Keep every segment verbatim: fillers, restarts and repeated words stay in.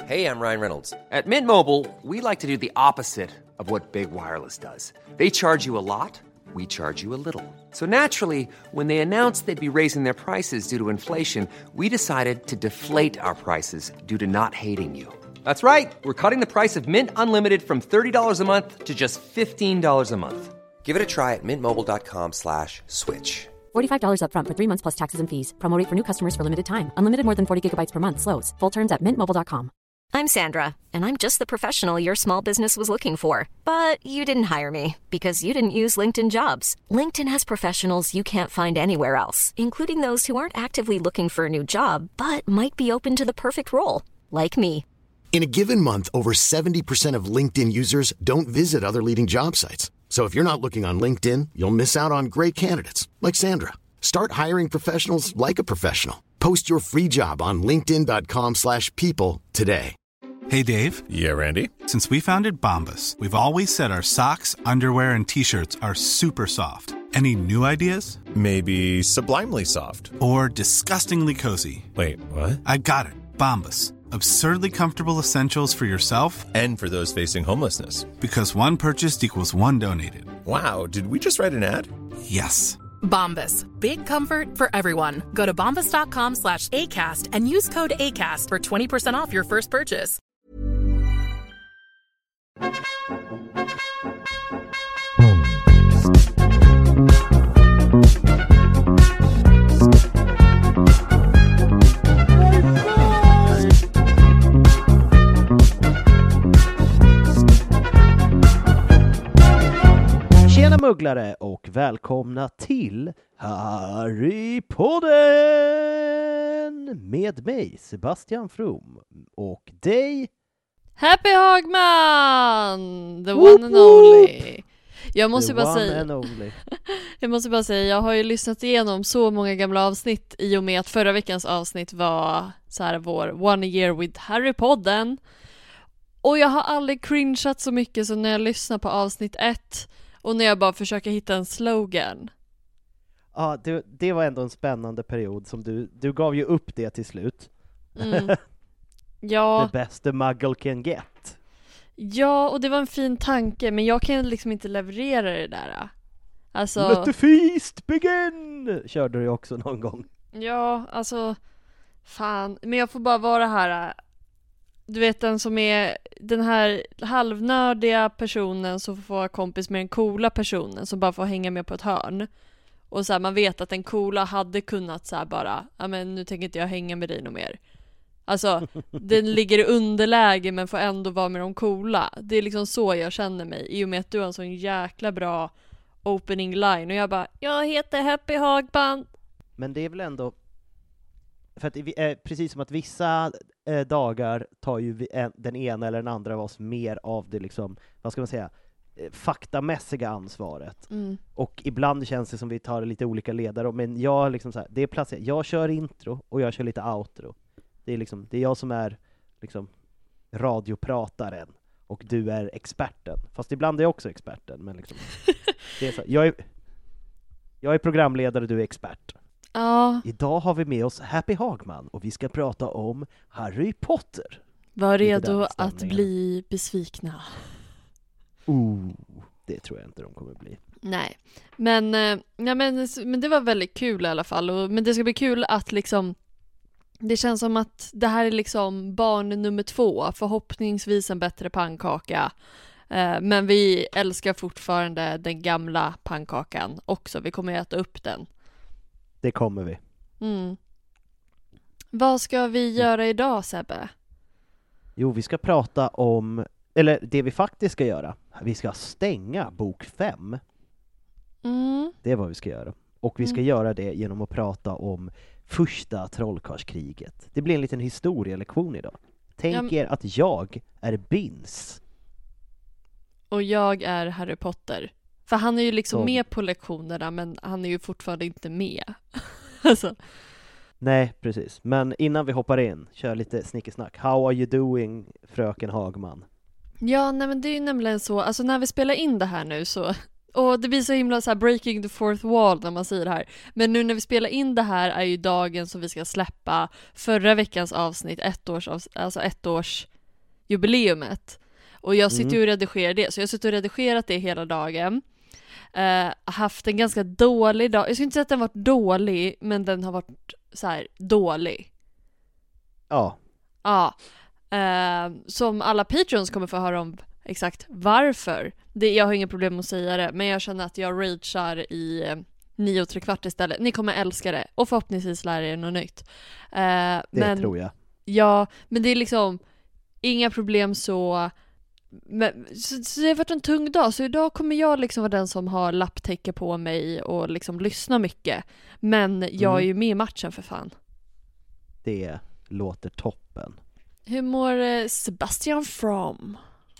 Hey, I'm Ryan Reynolds. At Mint Mobile, we like to do the opposite of what Big Wireless does. They charge you a lot, we charge you a little. So naturally, when they announced they'd be raising their prices due to inflation, we decided to deflate our prices due to not hating you. That's right. We're cutting the price of Mint Unlimited from thirty dollars a month to just fifteen dollars a month. Give it a try at mintmobile.com slash switch. forty-five dollars up front for three months plus taxes and fees. Promo rate for new customers for limited time. Unlimited more than forty gigabytes per month. Slows full terms at mint mobile dot com. I'm Sandra, and I'm just the professional your small business was looking for. But you didn't hire me because you didn't use LinkedIn Jobs. LinkedIn has professionals you can't find anywhere else, including those who aren't actively looking for a new job, but might be open to the perfect role, like me. In a given month, over seventy percent of LinkedIn users don't visit other leading job sites. So if you're not looking on LinkedIn, you'll miss out on great candidates like Sandra. Start hiring professionals like a professional. Post your free job on linkedin dot com slash people today. Hey, Dave. Yeah, Randy. Since we founded Bombas, we've always said our socks, underwear, and T-shirts are super soft. Any new ideas? Maybe sublimely soft. Or disgustingly cozy. Wait, what? I got it. Bombas. Absurdly comfortable essentials for yourself and for those facing homelessness. Because one purchased equals one donated. Wow, did we just write an ad? Yes. Bombas. Big comfort for everyone. Go to bombas.com slash ACAST and use code ACAST for twenty percent off your first purchase. Tjena mugglare och välkomna till Harrypodden med mig Sebastian From och dig Happy Hagman, the woop, one and only. Jag måste the bara one säga and only. Jag måste bara säga jag har ju lyssnat igenom så många gamla avsnitt i och med att förra veckans avsnitt var så här vår One Year with Harrypodden. Och jag har aldrig cringeat så mycket som när jag lyssnar på avsnitt ett och när jag bara försöker hitta en slogan. Ja, det, det var ändå en spännande period som du, du gav ju upp det till slut. Mm. Ja. The best the muggle can get. Ja, och det var en fin tanke, men jag kan liksom inte leverera det där. Alltså... Let the feast begin! Körde du också någon gång. Ja, alltså... Fan, men jag får bara vara här... Du vet, den som är den här halvnördiga personen som får vara kompis med den coola personen som bara får hänga med på ett hörn. Och så här, man vet att den coola hade kunnat så här bara, ja men nu tänker inte jag hänga med dig något mer. Alltså, den ligger i underläge men får ändå vara med de coola. Det är liksom så jag känner mig. I och med att du har en sån jäkla bra opening line. Och jag bara, jag heter Happy Hagman. Men det är väl ändå... För att vi, eh, precis som att vissa eh, dagar tar ju vi, en, den ena eller den andra av oss mer av det liksom, vad ska man säga, eh, faktamässiga ansvaret. Mm. Och ibland känns det som vi tar lite olika ledare. Men jag liksom så här, det är plats, jag kör intro och jag kör lite outro. Det är liksom, det är jag som är liksom radioprataren och du är experten. Fast ibland är jag också experten, men liksom det är så, jag är jag är programledare, du är expert. Ja. Idag har vi med oss Happy Hagman och vi ska prata om Harry Potter. Var redo att bli besvikna. Oh, det tror jag inte de kommer bli. Nej, men, ja, men, men det var väldigt kul i alla fall. Och, men det ska bli kul att liksom, det känns som att det här är liksom barn nummer två. Förhoppningsvis en bättre pannkaka. Eh, men vi älskar fortfarande den gamla pannkakan också. Vi kommer att äta upp den. Det kommer vi. Mm. Vad ska vi göra idag, Sebbe? Jo, vi ska prata om, eller det vi faktiskt ska göra. Vi ska stänga bok fem. Mm. Det är vad vi ska göra. Och vi ska mm. göra det genom att prata om första trollkarlskriget. Det blir en liten historielektion idag. Tänk ja. er att jag är Bins. Och jag är Harry Potter. För han är ju liksom Så. med på lektionerna, men han är ju fortfarande inte med. Alltså. Nej, precis. Men innan vi hoppar in, kör lite snickesnack. How are you doing, fröken Hagman? Ja, nej men det är ju nämligen så. Alltså när vi spelar in det här nu så... Och det blir så himla så här breaking the fourth wall när man säger det här. Men nu när vi spelar in det här är ju dagen som vi ska släppa förra veckans avsnitt, ett års, alltså ett års jubileumet. Och jag sitter Mm. ju och redigerar det. Så jag har suttit och redigerat det hela dagen. Uh, haft en ganska dålig dag. Jag skulle inte säga att den varit dålig, men den har varit så här dålig. Ja. Ja. Uh, som alla patrons kommer få höra om exakt varför. Det, jag har inga problem att säga det, men jag känner att jag ragear i uh, nio och tre kvart istället. Ni kommer älska det och förhoppningsvis lära er något nytt. Uh, Det men, tror jag. Ja, men det är liksom inga problem så... Men, så, så det har varit en tung dag, så idag kommer jag liksom vara den som har lapptäcke på mig och liksom lyssna mycket. Men jag Mm. är ju med i matchen för fan. Det låter toppen. Hur mår eh, Sebastian From?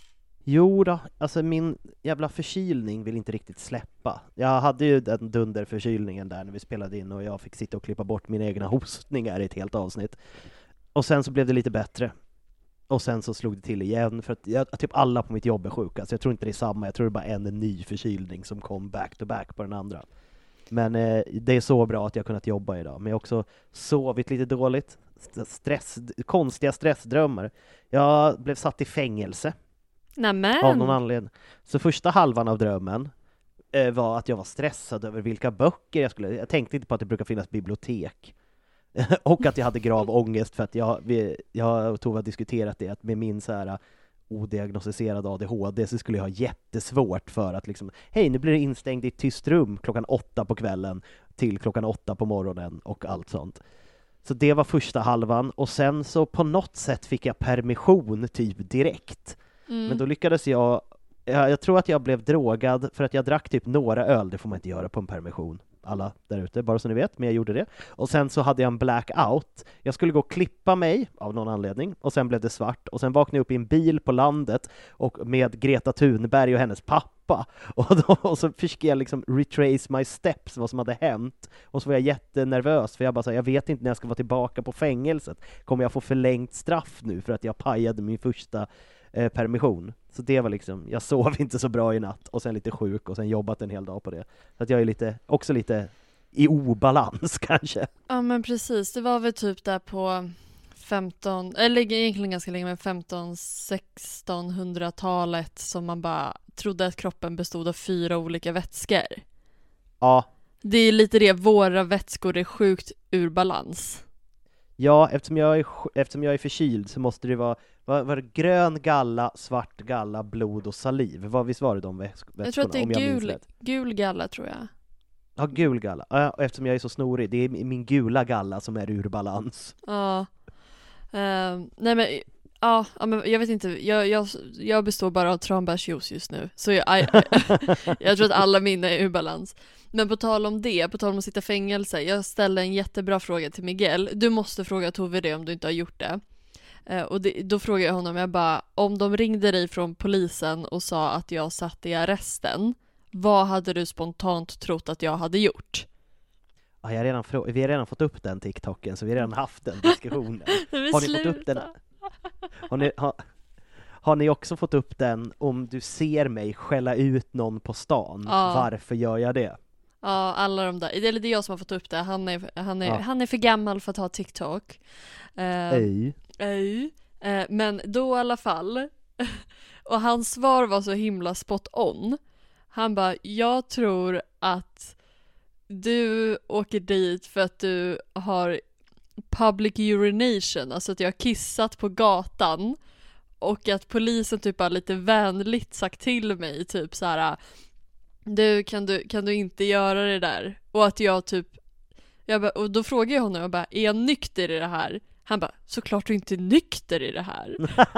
Jo då, alltså min jävla förkylning vill inte riktigt släppa. Jag hade ju den dunderförkylningen där när vi spelade in och jag fick sitta och klippa bort mina egna hostningar i ett helt avsnitt. Och sen så blev det lite bättre. Och sen så slog det till igen för att jag, typ alla på mitt jobb är sjuka. Så jag tror inte det är samma, jag tror det är bara en ny förkylning som kom back to back på den andra. Men eh, det är så bra att jag kunnat jobba idag. Men jag har också sovit lite dåligt. Stress, konstiga stressdrömmar. Jag blev satt i fängelse. Nämen. Av någon anledning. Så första halvan av drömmen eh, var att jag var stressad över vilka böcker jag skulle... Jag tänkte inte på att det brukar finnas bibliotek. Och att jag hade grav ångest för att jag, vi, jag och Tove har diskuterat det, att med min så här odiagnostiserad A D H D så skulle jag ha jättesvårt för att liksom, hej, nu blir det instängd i ett tyst rum klockan åtta på kvällen till klockan åtta på morgonen och allt sånt. Så det var första halvan, och sen så på något sätt fick jag permission typ direkt. Mm. Men då lyckades jag, jag, jag tror att jag blev drogad för att jag drack typ några öl, det får man inte göra på en permission. Alla där ute, bara så ni vet, men jag gjorde det. Och sen så hade jag en blackout. Jag skulle gå och klippa mig av någon anledning, och sen blev det svart. Och sen vaknade jag upp i en bil på landet och med Greta Thunberg och hennes pappa. Och, då, och så fick jag liksom retrace my steps, vad som hade hänt. Och så var jag jättenervös, för jag bara sa, jag vet inte när jag ska vara tillbaka på fängelset. Kommer jag få förlängt straff nu för att jag pajade min första eh, permission? Så det var liksom, jag sov inte så bra i natt och sen lite sjuk och sen jobbat en hel dag på det. Så att jag är lite, också lite i obalans kanske. Ja men precis, det var väl typ där på femton, eller egentligen ganska länge, men femton sextonhundratalet som man bara trodde att kroppen bestod av fyra olika vätskor. Ja. Det är lite det, våra vätskor är sjukt ur balans. Ja, eftersom jag är, eftersom jag är förkyld så måste det vara, var, var det grön galla, svart galla, blod och saliv. Vad visst var det de vätskorna? Jag tror att det är om jag minns gul, rätt? gul galla tror jag. Ja, gul galla. Ja, eftersom jag är så snorig, det är min gula galla som är ur balans. Ja. Uh, nej men ja, ja, men jag vet inte. Jag, jag, jag består bara av tranbärsjuice just nu. Så jag, jag, jag tror att alla mina är ur balans. Men på tal om det, på tal om att sitta i fängelse, jag ställde en jättebra fråga till Miguel. Du måste fråga Tove det om du inte har gjort det. Uh, och det, då frågade jag honom, jag bara, om de ringde dig från polisen och sa att jag satt i arresten, vad hade du spontant trott att jag hade gjort? Ja, jag har redan frå- vi har redan fått upp den TikToken, så vi har redan haft den diskussionen. Har ni fått upp den? Har ni, har, har ni också fått upp den om du ser mig skälla ut någon på stan? Ja. Varför gör jag det? Ja, alla de där. Det är det jag som har fått upp det. Han är, han är, Ja. han är för gammal för att ha TikTok. Uh, Ej. Ej. Uh, men då i alla fall. Och hans svar var så himla spot on. Han bara, jag tror att du åker dit för att du har public urination, alltså att jag har kissat på gatan, och att polisen typ har lite vänligt sagt till mig typ så här: du kan du kan du inte göra det där, och att jag typ jag bara, och då frågade jag honom, jag bara, är jag nykter i det här? Han bara, såklart du inte är nykter i det här.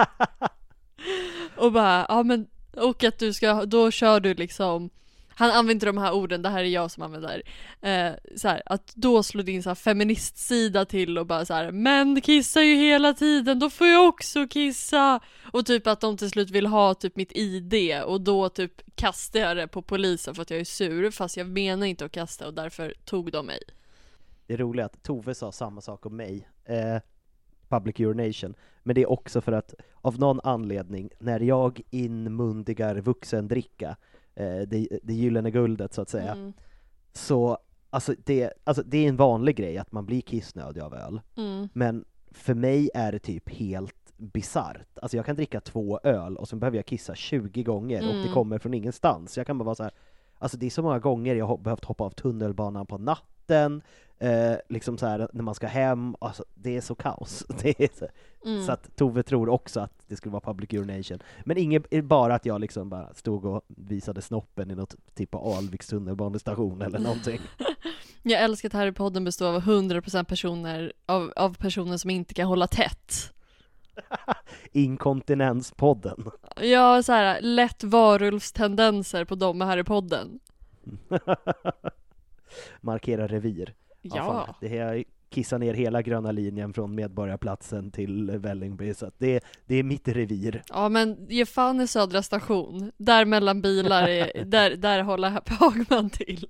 Och bara, ja men, och att du ska, då kör du liksom, han använder de här orden, det här är jag som använder eh, så här, att då slår din så här feministsida till och bara så här, men kissar ju hela tiden, då får jag också kissa. Och typ att de till slut vill ha typ mitt I D, och då typ kastar jag det på polisen för att jag är sur, fast jag menar inte att kasta, och därför tog de mig. Det är roligt att Tove sa samma sak om mig. Eh, public urination. Men det är också för att av någon anledning, när jag inmundigar vuxendricka, eh, det, det gyllene guldet så att säga, Mm. så alltså det, alltså det är en vanlig grej att man blir kissnödig av öl. Mm. Men för mig är det typ helt bizarrt. Alltså jag kan dricka två öl och sen behöver jag kissa tjugo gånger Mm. och det kommer från ingenstans. Jag kan bara vara så här, alltså det är så många gånger jag har behövt hoppa av tunnelbanan på natten, eh, liksom så här när man ska hem, alltså det är så kaos. Det är så, Mm. så att Tove tror också att det skulle vara public urination. Men inget, bara att jag liksom bara stod och visade snoppen i något typ av Alviks tunnelbanestation eller någonting. Jag älskar att här i podden består av hundra procent personer av, av personer som inte kan hålla tätt. Inkontinenspodden. Jag har så här lätt varulvstendenser på dem här i podden. Markera revir. Ja. Fan, det här kissar ner hela gröna linjen från Medborgarplatsen till Vällingby, så att det, det är mitt revir. Ja, men ge fan i Södra station. Där mellan bilar, är, där, där håller Happy Hagman till.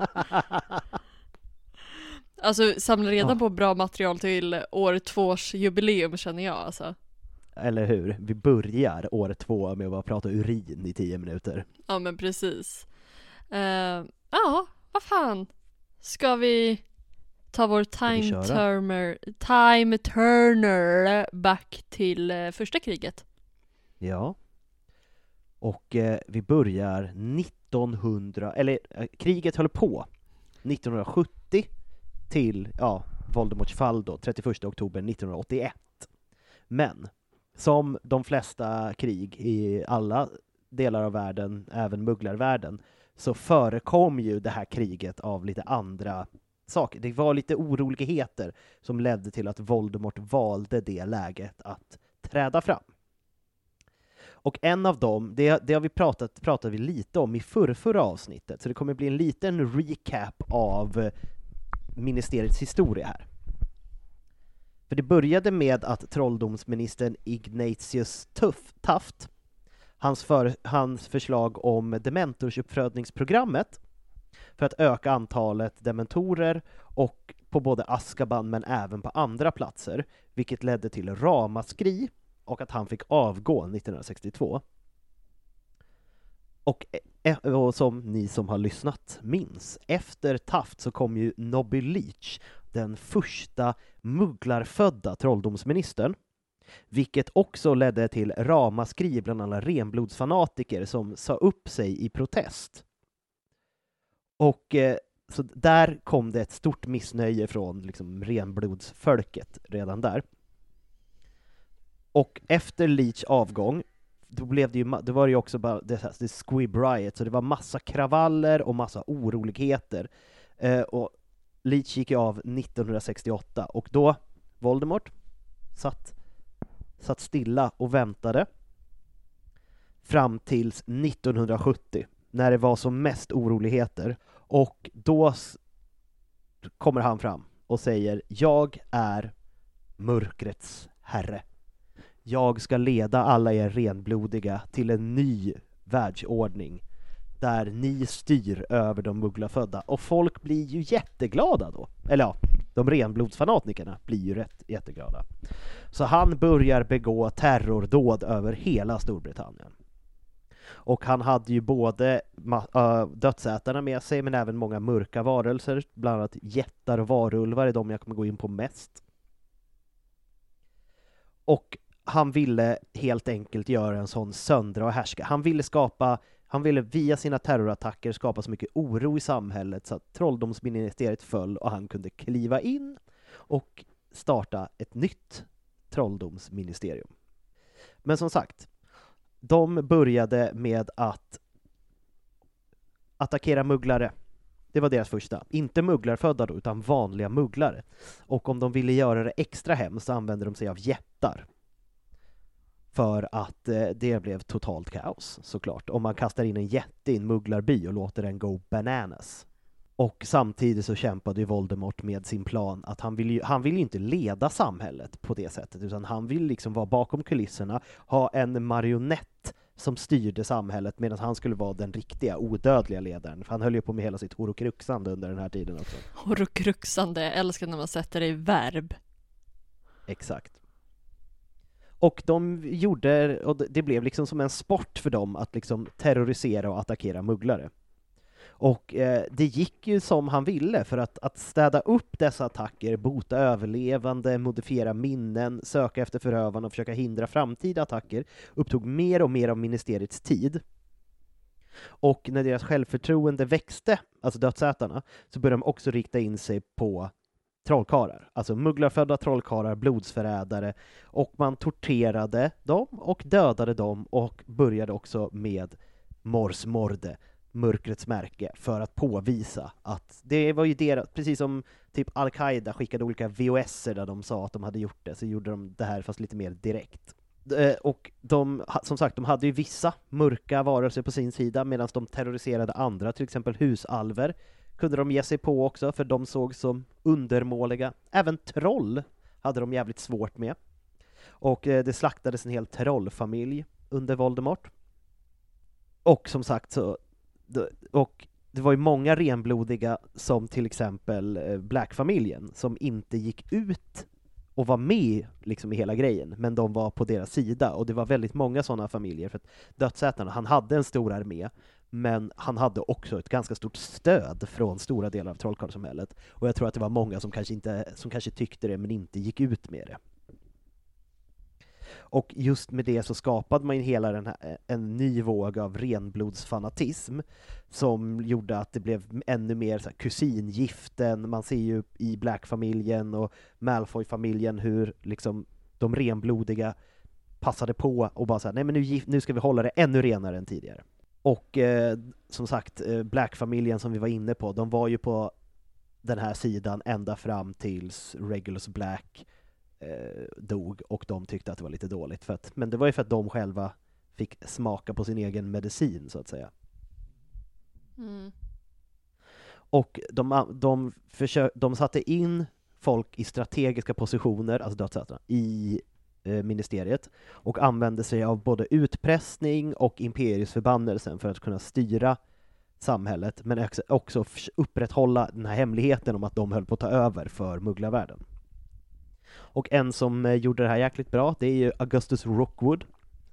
Alltså samla redan Ja. på bra material till år tvås jubileum känner jag alltså. Eller hur? Vi börjar år två med att bara prata urin i tio minuter. Ja men precis. Uh, ja, vad fan. Ska vi ta vår vi time köra? turner, time turner back till uh, första kriget? Ja. Och eh, vi börjar nittonhundra, eller eh, kriget höll på nittonhundrasjuttio till, ja, Voldemorts fall då, trettioförsta oktober nittonhundraåttioett. Men som de flesta krig i alla delar av världen, även mugglarvärlden, så förekom ju det här kriget av lite andra saker. Det var lite oroligheter som ledde till att Voldemort valde det läget att träda fram. Och en av dem, det, det har vi pratat, pratat vi lite om i förra, förra avsnittet, så det kommer bli en liten recap av ministeriets historia här. För det började med att trolldomsministern Ignatius Tuff, Taft, hans, för, hans förslag om dementorsuppfödningsprogrammet för att öka antalet dementorer och på både Azkaban men även på andra platser, vilket ledde till ramaskri och att han fick avgå nittonhundrasextiotvå. Och, och som ni som har lyssnat minns, efter Taft så kom ju Nobby Leach, den första mugglarfödda trolldomsministern, vilket också ledde till ramaskri bland alla renblodsfanatiker som sa upp sig i protest. Och eh, så där kom det ett stort missnöje från liksom renblodsfolket redan där. Och efter Leach avgång, då blev det ju, det var ju också bara det, här, det Squib Riot, så det var massa kravaller och massa oroligheter. Eh, och Leach gick ju av nittonhundrasextioåtta och då Voldemort satt, satt stilla och väntade fram tills nittonhundrasjuttio när det var som mest oroligheter, och då kommer han fram och säger: jag är mörkrets herre. Jag ska leda alla er renblodiga till en ny världsordning där ni styr över de mugglarfödda. Och folk blir ju jätteglada då. Eller ja, de renblodsfanatikerna blir ju rätt jätteglada. Så han börjar begå terrordåd över hela Storbritannien. Och han hade ju både uh, dödsätarna med sig, men även många mörka varelser, bland annat jättar och varulvar är de jag kommer gå in på mest. Och han ville helt enkelt göra en sån söndra och härska. Han ville skapa, han ville via sina terrorattacker skapa så mycket oro i samhället så att trolldomsministeriet föll och han kunde kliva in och starta ett nytt trolldomsministerium. Men som sagt, de började med att attackera mugglare. Det var deras första. Inte mugglarfödda då, utan vanliga mugglare. Och om de ville göra det extra hemskt så använde de sig av jättar. För att eh, det blev totalt kaos, såklart. Om man kastar in en jätte i en mugglarby och låter den gå bananas. Och samtidigt så kämpade ju Voldemort med sin plan att han vill ju, han vill ju inte leda samhället på det sättet, utan han vill liksom vara bakom kulisserna, ha en marionett som styrde samhället medan han skulle vara den riktiga odödliga ledaren. För han höll ju på med hela sitt horokruxande under den här tiden också. Horokruxande, jag älskar när man sätter det i verb. Exakt. Och de gjorde, och det blev liksom som en sport för dem att liksom terrorisera och attackera mugglare. Och eh, det gick ju som han ville, för att, att städa upp dessa attacker, bota överlevande, modifiera minnen, söka efter förövarna och försöka hindra framtida attacker upptog mer och mer av ministeriets tid. Och när deras självförtroende växte, alltså dödsätarna, så började de också rikta in sig på trollkarlar, alltså mugglarfödda trollkarlar, blodsförrädare, och man torterade dem och dödade dem och började också med Mors Morde, mörkrets märke, för att påvisa att det var ju deras, precis som typ Al-Qaida skickade olika V O S-er där de sa att de hade gjort det, så gjorde de det här fast lite mer direkt. Och de, som sagt, de hade ju vissa mörka varelser på sin sida, medan de terroriserade andra, till exempel husalver kunde de ge sig på också, för de såg som undermåliga. Även troll hade de jävligt svårt med. Och det slaktades en hel trollfamilj under Voldemort. Och som sagt så, och det var ju många renblodiga, som till exempel Black-familjen, som inte gick ut och var med liksom i hela grejen, men de var på deras sida. Och det var väldigt många sådana familjer, för att dödsätarna, han hade en stor armé, men han hade också ett ganska stort stöd från stora delar av trollkarlsamhället. Och jag tror att det var många som kanske, inte, som kanske tyckte det, men inte gick ut med det. Och just med det så skapade man hela den här, en ny våg av renblodsfanatism som gjorde att det blev ännu mer så här kusingiften. Man ser ju i Black-familjen och Malfoy-familjen hur liksom de renblodiga passade på och bara så här, nej men nu, nu ska vi hålla det ännu renare än tidigare. Och eh, som sagt, eh, Black-familjen som vi var inne på, de var ju på den här sidan ända fram tills Regulus Black eh, dog, och de tyckte att det var lite dåligt. För att, men det var ju för att de själva fick smaka på sin egen medicin, så att säga. Mm. Och de, de, försök, de satte in folk i strategiska positioner, alltså dödsätarna, i ministeriet, och använde sig av både utpressning och imperiesförbannelsen för att kunna styra samhället, men också upprätthålla den här hemligheten om att de höll på att ta över för mugglarvärlden. Och en som gjorde det här jäkligt bra, det är ju Augustus Rookwood,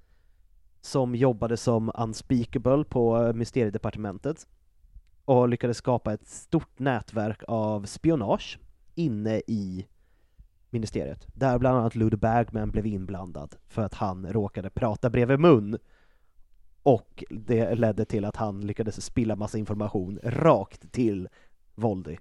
som jobbade som unspeakable på mysteriedepartementet och lyckades skapa ett stort nätverk av spionage inne i ministeriet, där bland annat Ludo Bagman blev inblandad för att han råkade prata bredvid mun, och det ledde till att han lyckades spilla massa information rakt till Voldy.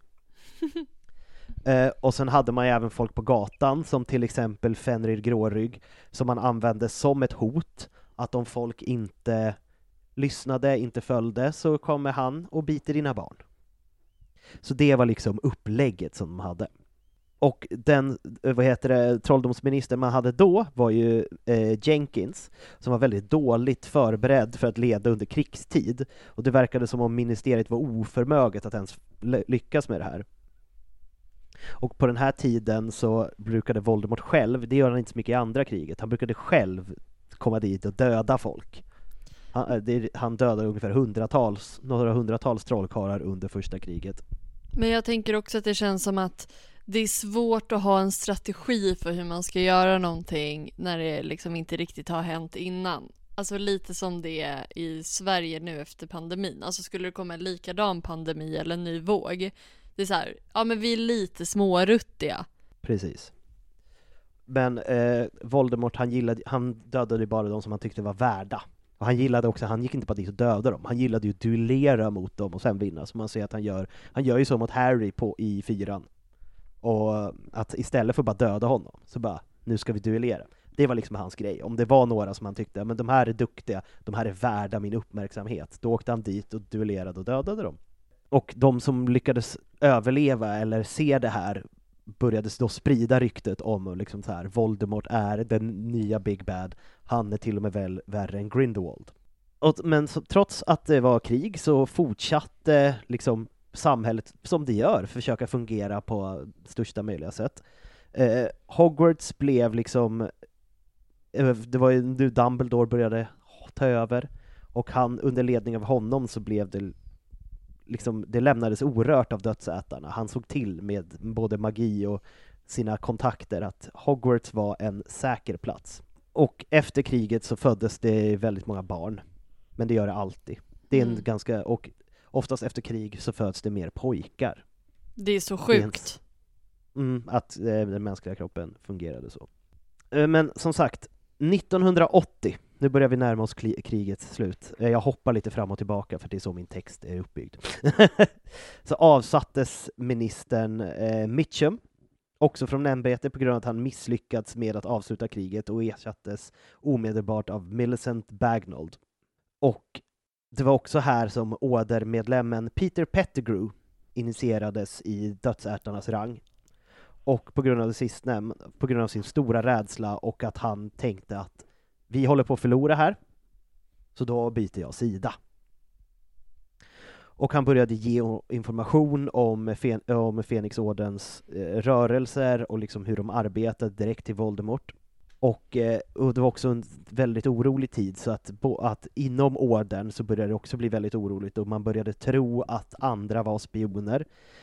eh, och sen hade man ju även folk på gatan, som till exempel Fenrir Grårygg, som man använde som ett hot, att om folk inte lyssnade, inte följde, så kommer han och biter dina barn. Så det var liksom upplägget som de hade. Och den, vad heter det, trolldomsministern man hade då var ju eh, Jenkins, som var väldigt dåligt förberedd för att leda under krigstid. Och det verkade som om ministeriet var oförmöget att ens lyckas med det här. Och på den här tiden så brukade Voldemort själv, det gör han inte så mycket i andra kriget, han brukade själv komma dit och döda folk. Han, det, han dödade ungefär hundratals, några hundratals trollkarlar under första kriget. Men jag tänker också att det känns som att det är svårt att ha en strategi för hur man ska göra någonting när det liksom inte riktigt har hänt innan. Alltså lite som det är i Sverige nu efter pandemin. Alltså skulle det komma en likadan pandemi eller en ny våg, det är så här, ja men vi är lite småruttiga. Precis. Men eh, Voldemort, han gillade, han dödade bara de som han tyckte var värda. Och han gillade också, han gick inte bara dit och döda dem, han gillade ju att duellera mot dem och sen vinna. Så man ser att han gör, han gör ju så mot Harry på, i fyran. Och att istället för att bara döda honom, så bara, nu ska vi duellera. Det var liksom hans grej. Om det var några som han tyckte, men de här är duktiga, de här är värda min uppmärksamhet, då åkte han dit och duellerade och dödade dem. Och de som lyckades överleva eller se det här började då sprida ryktet om liksom så här, Voldemort är den nya Big Bad, han är till och med väl värre än Grindelwald. Och, men så, trots att det var krig så fortsatte liksom samhället som det gör försöka fungera på största möjliga sätt. Eh, Hogwarts blev liksom eh, det var ju nu Dumbledore började ta över, och han, under ledning av honom så blev det liksom, det lämnades orört av dödsätarna. Han såg till med både magi och sina kontakter att Hogwarts var en säker plats. Och efter kriget så föddes det väldigt många barn, men det gör det alltid. Det är en mm. ganska, och oftast efter krig så föds det mer pojkar. Det är så sjukt. Mm, att eh, den mänskliga kroppen fungerade så. Eh, men som sagt, nittonhundraåttio, nu börjar vi närma oss kli- krigets slut. Eh, jag hoppar lite fram och tillbaka för det är så min text är uppbyggd. Så avsattes ministern eh, Mitchum, också från ämbetet på grund av att han misslyckats med att avsluta kriget, och ersattes omedelbart av Millicent Bagnold. Och det var också här som ordermedlemmen Peter Pettigrew initierades i dödsätarnas rang. Och på grund av det sistnämnda, på grund av sin stora rädsla och att han tänkte att vi håller på att förlora här, så då byter jag sida. Och han började ge information om, Fen- om Fenixordens eh, rörelser och liksom hur de arbetade direkt till Voldemort. Och, eh, och det var också en väldigt orolig tid, så att, bo- att inom orden så började det också bli väldigt oroligt och man började tro att andra var spioner.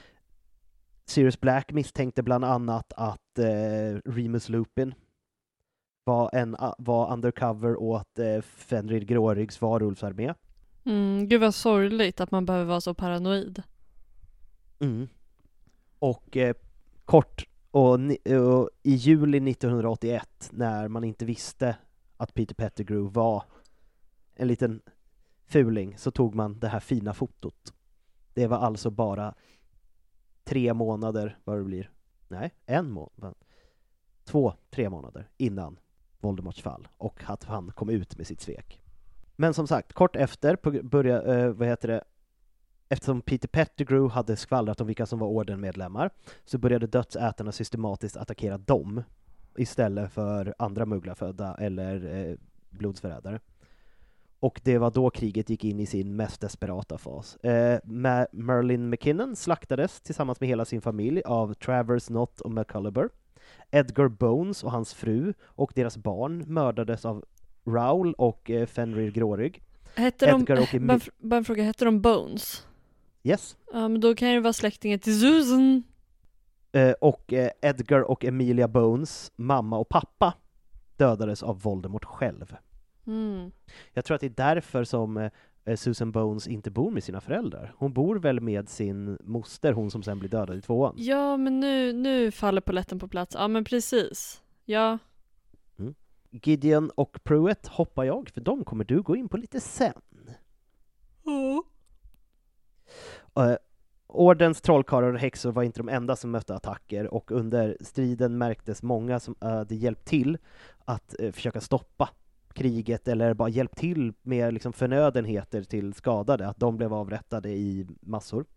Sirius Black misstänkte bland annat att eh, Remus Lupin var, en, var undercover åt eh, Fenrir Gråryggs varulvsarmé. Mm, gud vad sorgligt att man behöver vara så paranoid. Mm. Och eh, kort och, ni- och i juli nittonhundraåttioett, när man inte visste att Peter Pettigrew var en liten fuling, så tog man det här fina fotot. Det var alltså bara tre månader, vad det blir. Nej, en månad. Två, tre månader innan Voldemorts fall, och att han kom ut med sitt svek. Men som sagt, kort efter började, eh, vad heter det, eftersom Peter Pettigrew hade skvallrat om vilka som var ordenmedlemmar, så började dödsätarna systematiskt attackera dem istället för andra mugglarfödda eller eh, blodsförrädare. Och det var då kriget gick in i sin mest desperata fas. Eh, Ma- Merlin McKinnon slaktades tillsammans med hela sin familj av Travers Knott och McCullober. Edgar Bones och hans fru och deras barn mördades av Rowell och eh, Fenrir Grårygg. Hette Edgar de, och Emi- bara, bara en fråga, hette de Bones? Yes. Ja, men då kan ju vara släktingen till Susan. Eh, och eh, Edgar och Emilia Bones, mamma och pappa, dödades av Voldemort själv. Mm. Jag tror att det är därför som eh, Susan Bones inte bor med sina föräldrar. Hon bor väl med sin moster, hon som sen blir dödad i tvåan. Ja, men nu, nu faller polletten på plats. Ja, men precis. Ja. Mm. Gideon och Pruitt hoppar jag, för de kommer du gå in på lite sen. Oh. Uh, Ordens trollkarlar och häxor var inte de enda som mötte attacker, och under striden märktes många som hade uh, hjälpt till att uh, försöka stoppa kriget, eller bara hjälpt till med liksom förnödenheter till skadade, att de blev avrättade i massor.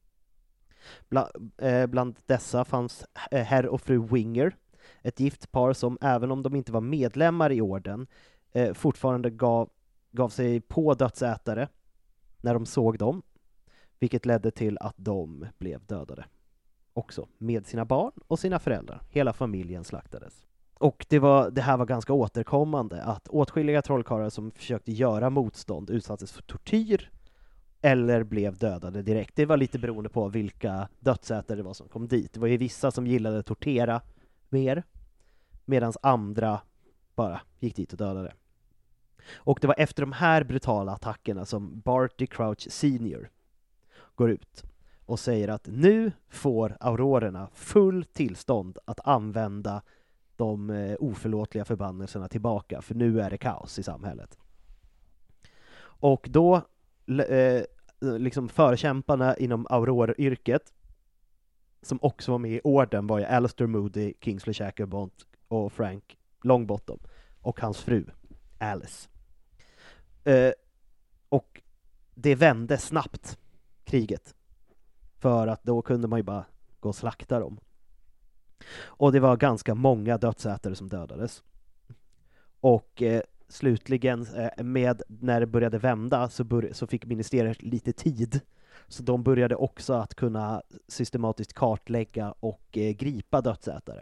Bla, eh, bland dessa fanns eh, herr och fru Winger, ett gift par som även om de inte var medlemmar i orden eh, fortfarande gav, gav sig på dödsätare när de såg dem, vilket ledde till att de blev dödade också, med sina barn och sina föräldrar. Hela familjen slaktades. Och det, var, det här var ganska återkommande, att åtskilliga trollkarlar som försökte göra motstånd utsattes för tortyr eller blev dödade direkt. Det var lite beroende på vilka dödsätare det var som kom dit. Det var ju vissa som gillade att tortera mer, medan andra bara gick dit och dödade. Och det var efter de här brutala attackerna som Barty Crouch senior går ut och säger att nu får aurorerna full tillstånd att använda de eh, oförlåtliga förbannelserna tillbaka, för nu är det kaos i samhället. Och då eh, liksom förkämparna inom auroryrket som också var med i orden var ju Alistair Moody, Kingsley Shacklebolt och Frank Longbottom och hans fru Alice. Eh, och det vände snabbt kriget, för att då kunde man ju bara gå och slakta dem. Och det var ganska många dödsätare som dödades. Och eh, slutligen eh, med när det började vända så, bör- så fick ministeriet lite tid. Så de började också att kunna systematiskt kartlägga och eh, gripa dödsätare.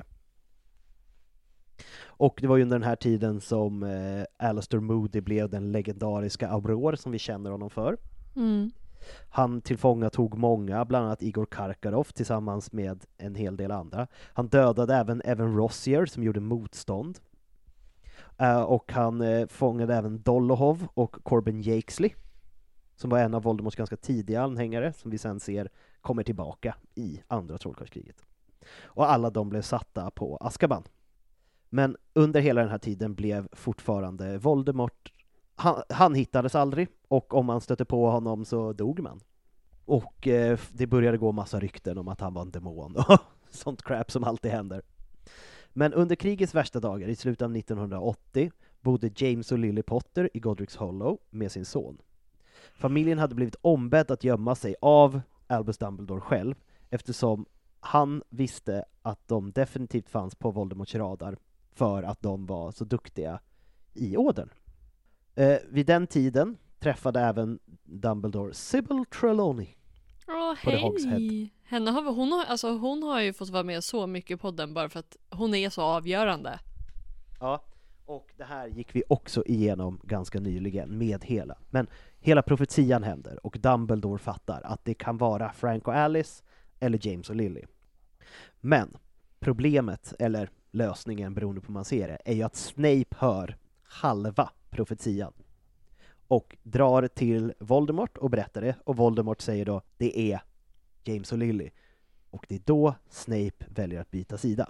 Och det var ju under den här tiden som eh, Alistair Moody blev den legendariska Auror som vi känner honom för. Mm. Han tillfångatog många, bland annat Igor Karkaroff tillsammans med en hel del andra. Han dödade även Evan Rossier som gjorde motstånd. Uh, och han uh, fångade även Dolohov och Corbin Jakesley. som var en av Voldemorts ganska tidiga anhängare, som vi sen ser kommer tillbaka i andra Trollkarlskriget. Och alla de blev satta på Azkaban. Men under hela den här tiden blev fortfarande Voldemort, han, han hittades aldrig, och om man stötte på honom så dog man. Och eh, det började gå massa rykten om att han var en demon och sånt crap som alltid händer. Men under krigets värsta dagar i slutet av nittonhundraåttio bodde James och Lily Potter i Godric's Hollow med sin son. Familjen hade blivit ombedd att gömma sig av Albus Dumbledore själv, eftersom han visste att de definitivt fanns på Voldemorts radar för att de var så duktiga i ådern. Eh, vid den tiden träffade även Dumbledore Sybil Trelawney. Åh, hej! Henne har, hon, har, alltså, hon har ju fått vara med så mycket på den bara för att hon är så avgörande. Ja, och det här gick vi också igenom ganska nyligen med hela. Men hela profetian händer och Dumbledore fattar att det kan vara Frank och Alice eller James och Lily. Men problemet, eller lösningen beroende på hur man ser det, är ju att Snape hör halva profetian och drar till Voldemort och berättar det, och Voldemort säger då det är James och Lily, och det är då Snape väljer att byta sida.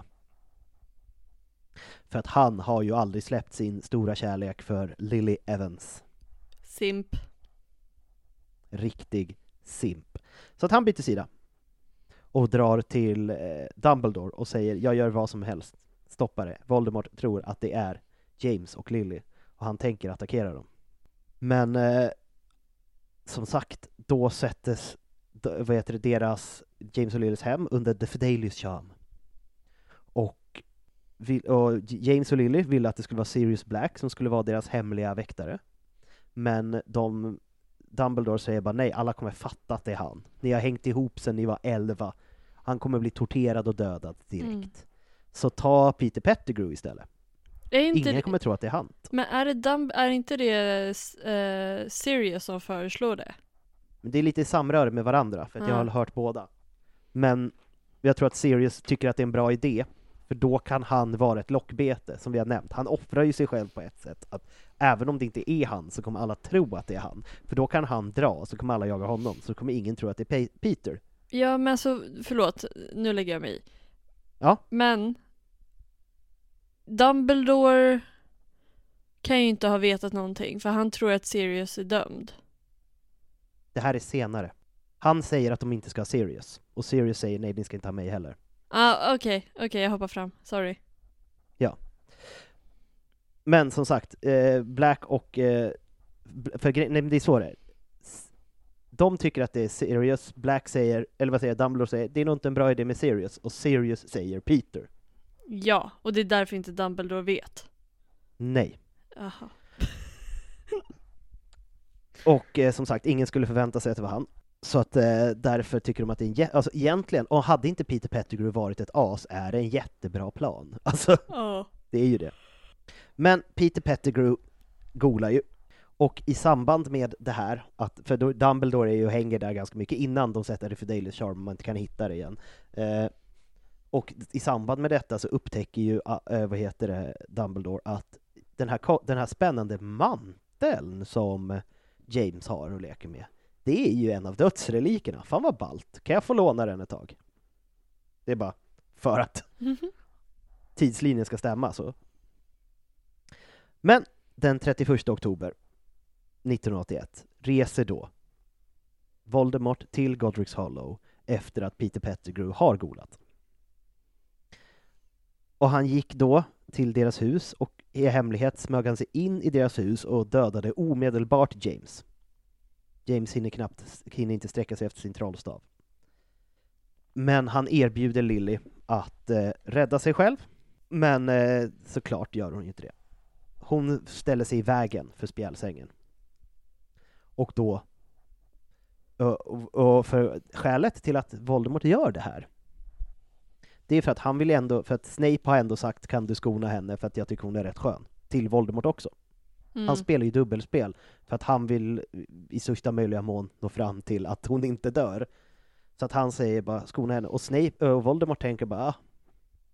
För att han har ju aldrig släppt sin stora kärlek för Lily Evans. Simp. Riktig simp. Så att han byter sida och drar till eh, Dumbledore och säger jag gör vad som helst, stoppa det. Voldemort tror att det är James och Lily och han tänker attackera dem. Men eh, som sagt, då sättes då, vad heter det, deras James och Lillys hem under The Fidelius charm. Och, vill, och James och Lily ville att det skulle vara Sirius Black som skulle vara deras hemliga väktare. Men de Dumbledore säger bara nej, alla kommer fatta att det är han. Ni har hängt ihop sedan ni var elva. Han kommer bli torterad och dödad direkt. Mm. Så ta Peter Pettigrew istället. Ingen kommer tro att det är han. Men är, det Dumb- är inte det uh, Sirius som föreslår det? Men det är lite samröre med varandra, för att mm. jag har hört båda. Men jag tror att Sirius tycker att det är en bra idé, för då kan han vara ett lockbete, som vi har nämnt. Han offrar ju sig själv på ett sätt, att även om det inte är han så kommer alla tro att det är han. För då kan han dra, så kommer alla jaga honom, så kommer ingen tro att det är Pe- Peter. Ja, men alltså, förlåt, nu lägger jag mig i. Ja. Men Dumbledore kan ju inte ha vetat någonting, för han tror att Sirius är dömd. Det här är senare. Han säger att de inte ska ha Sirius, och Sirius säger nej, ni ska inte ha mig heller. Ah, okej, okay. okej, okay, jag hoppar fram. Sorry. Ja. Men som sagt, eh, Black och eh, för nej, det är så det är. De tycker att det är Sirius. Black säger, eller vad säger Dumbledore säger, det är nog inte en bra idé med Sirius, och Sirius säger Peter. Ja, och det är därför inte Dumbledore vet. Nej. Aha. Och eh, som sagt, ingen skulle förvänta sig att det var han. Så att eh, därför tycker de att det är en jä- alltså egentligen, och hade inte Peter Pettigrew varit ett as, är det en jättebra plan. Alltså, oh. det är ju det. Men Peter Pettigrew golar ju. Och i samband med det här, att, för då, Dumbledore är ju hänger där ganska mycket innan de sätter det för Fidelius charm, man inte kan hitta det igen. Eh, och i samband med detta så upptäcker ju, äh, vad heter det, Dumbledore att den här, den här spännande manteln som James har och leker med, det är ju en av dödsrelikerna. Fan vad ballt. Kan jag få låna den ett tag? Det är bara för att mm-hmm. tidslinjen ska stämma. Så. Men den trettioförsta oktober nittonhundraåttioett reser då Voldemort till Godric's Hollow efter att Peter Pettigrew har golat. Och han gick då till deras hus och i hemlighet smög han sig in i deras hus och dödade omedelbart James. James hinner knappt hinner inte sträcka sig efter sin trollstav. Men han erbjuder Lily att eh, rädda sig själv. Men eh, såklart gör hon ju inte det. Hon ställer sig i vägen för spjälsängen. Och då och, och för skälet till att Voldemort gör det här, det är för att han vill ändå, för att Snape har ändå sagt kan du skona henne för att jag tycker hon är rätt skön. Till Voldemort också. Mm. Han spelar ju dubbelspel för att han vill i största möjliga mån nå fram till att hon inte dör. Så att han säger bara skona henne. Och Snape och Voldemort tänker bara ah,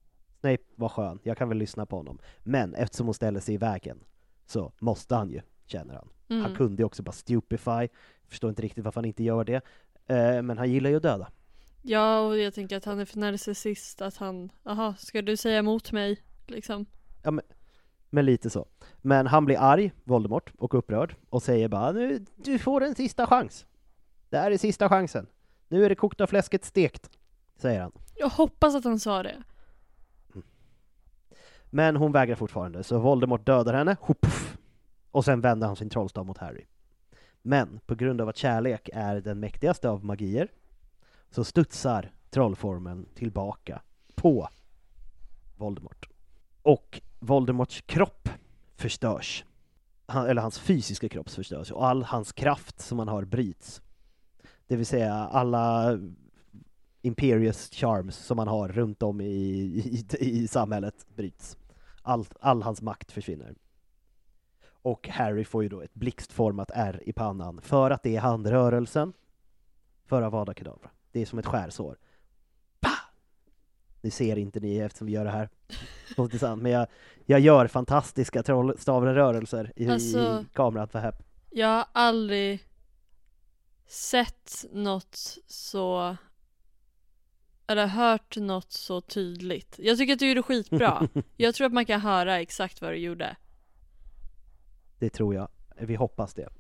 Snape var skön, jag kan väl lyssna på honom. Men eftersom hon ställer sig i vägen så måste han ju känner han. Mm. Han kunde ju också bara stupefy, förstår inte riktigt varför han inte gör det. Eh, men han gillar ju att döda. Ja, och jag tänker att han är för narcissist, att han, aha, ska du säga emot mig, liksom? Ja, men, men lite så. Men han blir arg, Voldemort, och upprörd och säger bara, nu, du får en sista chans. Det här är sista chansen. Nu är det kokta fläsket stekt, säger han. Jag hoppas att han sa det. Men hon vägrar fortfarande, så Voldemort dödar henne, puff, och sen vänder han sin trollstav mot Harry. Men på grund av att kärlek är den mäktigaste av magier så studsar trollformen tillbaka på Voldemort. Och Voldemorts kropp förstörs. Han, eller hans fysiska kropp förstörs. Och all hans kraft som han har bryts. Det vill säga alla Imperious charms som han har runt om i, i, i samhället bryts. All, all hans makt försvinner. Och Harry får ju då ett blixtformat R i pannan för att det är handrörelsen för Avada Kedavra. Det är som ett skärsår. Pah! Det ser inte ni eftersom vi gör det här. Men jag, jag gör fantastiska trollstavrörelser i, alltså, i kameran för här. Jag har aldrig sett något så, eller hört något så tydligt. Jag tycker att du gjorde skitbra. Jag tror att man kan höra exakt vad du gjorde. Det tror jag. Vi hoppas det.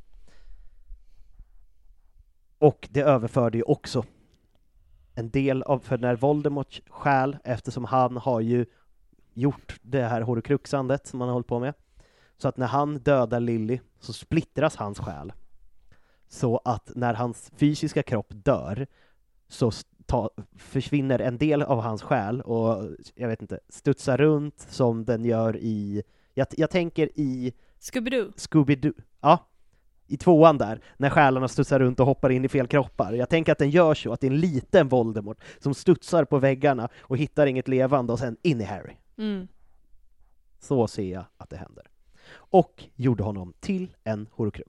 Och det överförde ju också en del av, för när Voldemort själ, eftersom han har ju gjort det här horcruxandet som han har hållit på med, så att när han dödar Lily så splittras hans själ. Så att när hans fysiska kropp dör så ta, försvinner en del av hans själ och jag vet inte, studsar runt som den gör i, jag, jag tänker i Scooby-Doo. Scooby-Doo. Ja, i tvåan där, när själarna studsar runt och hoppar in i fel kroppar. Jag tänker att den gör så, att det är en liten Voldemort som studsar på väggarna och hittar inget levande och sen in i Harry. Mm. Så ser jag att det händer. Och gjorde honom till en horcrux.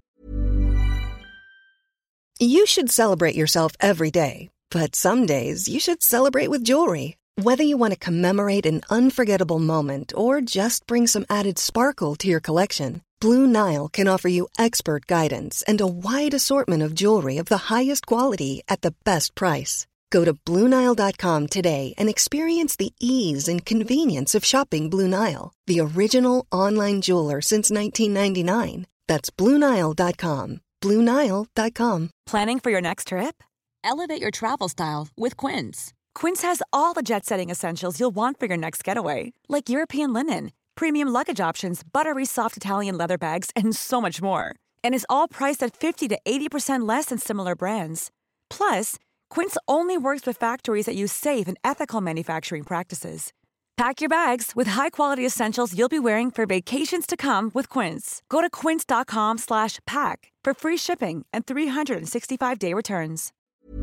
You should celebrate yourself every day, but some days you should celebrate with jewelry. Whether you want to commemorate an unforgettable moment or just bring some added sparkle to your collection, Blue Nile can offer you expert guidance and a wide assortment of jewelry of the highest quality at the best price. Go to Blue Nile dot com today and experience the ease and convenience of shopping Blue Nile, the original online jeweler since nineteen ninety-nine. That's Blue Nile dot com. Blue Nile dot com. Planning for your next trip? Elevate your travel style with Quince. Quince has all the jet-setting essentials you'll want for your next getaway, like European linen, premium luggage options, buttery soft Italian leather bags, and so much more. And is all priced at fifty to eighty percent less than similar brands. Plus, Quince only works with factories that use safe and ethical manufacturing practices. Pack your bags with high-quality essentials you'll be wearing for vacations to come with Quince. Go to quince dot com slash pack for free shipping and three sixty-five day returns.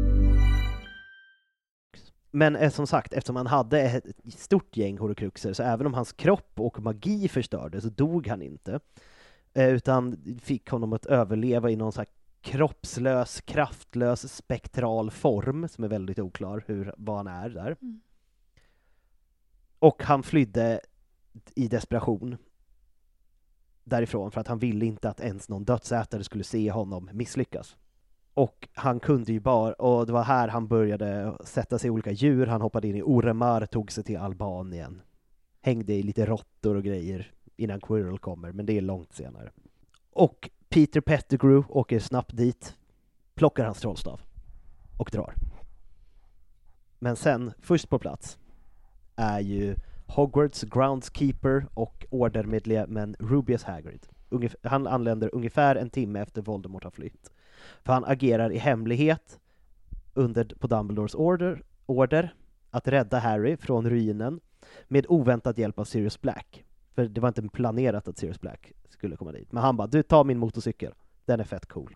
Men eh, som sagt, eftersom han hade ett stort gäng horcruxer, så även om hans kropp och magi förstördes så dog han inte. Eh, utan fick honom att överleva i någon sån här kroppslös, kraftlös, spektral form som är väldigt oklar hur, vad han är där. Mm. Och han flydde i desperation därifrån för att han ville inte att ens någon dödsätare skulle se honom misslyckas. Och han kunde ju bara, och det var här han började sätta sig i olika djur. Han hoppade in i Ormar, tog sig till Albanien. Hängde i lite råttor och grejer innan Quirrell kommer, men det är långt senare. Och Peter Pettigrew åker snabbt dit, plockar hans trollstav och drar. Men sen, först på plats är ju Hogwarts groundskeeper och ordermedlemmen Rubius Hagrid. Ungef- han anländer ungefär en timme efter Voldemort har flytt. För han agerar i hemlighet under, på Dumbledores order, order att rädda Harry från ruinen med oväntad hjälp av Sirius Black. För det var inte planerat att Sirius Black skulle komma dit. Men han bara, du tar min motorcykel. Den är fett cool.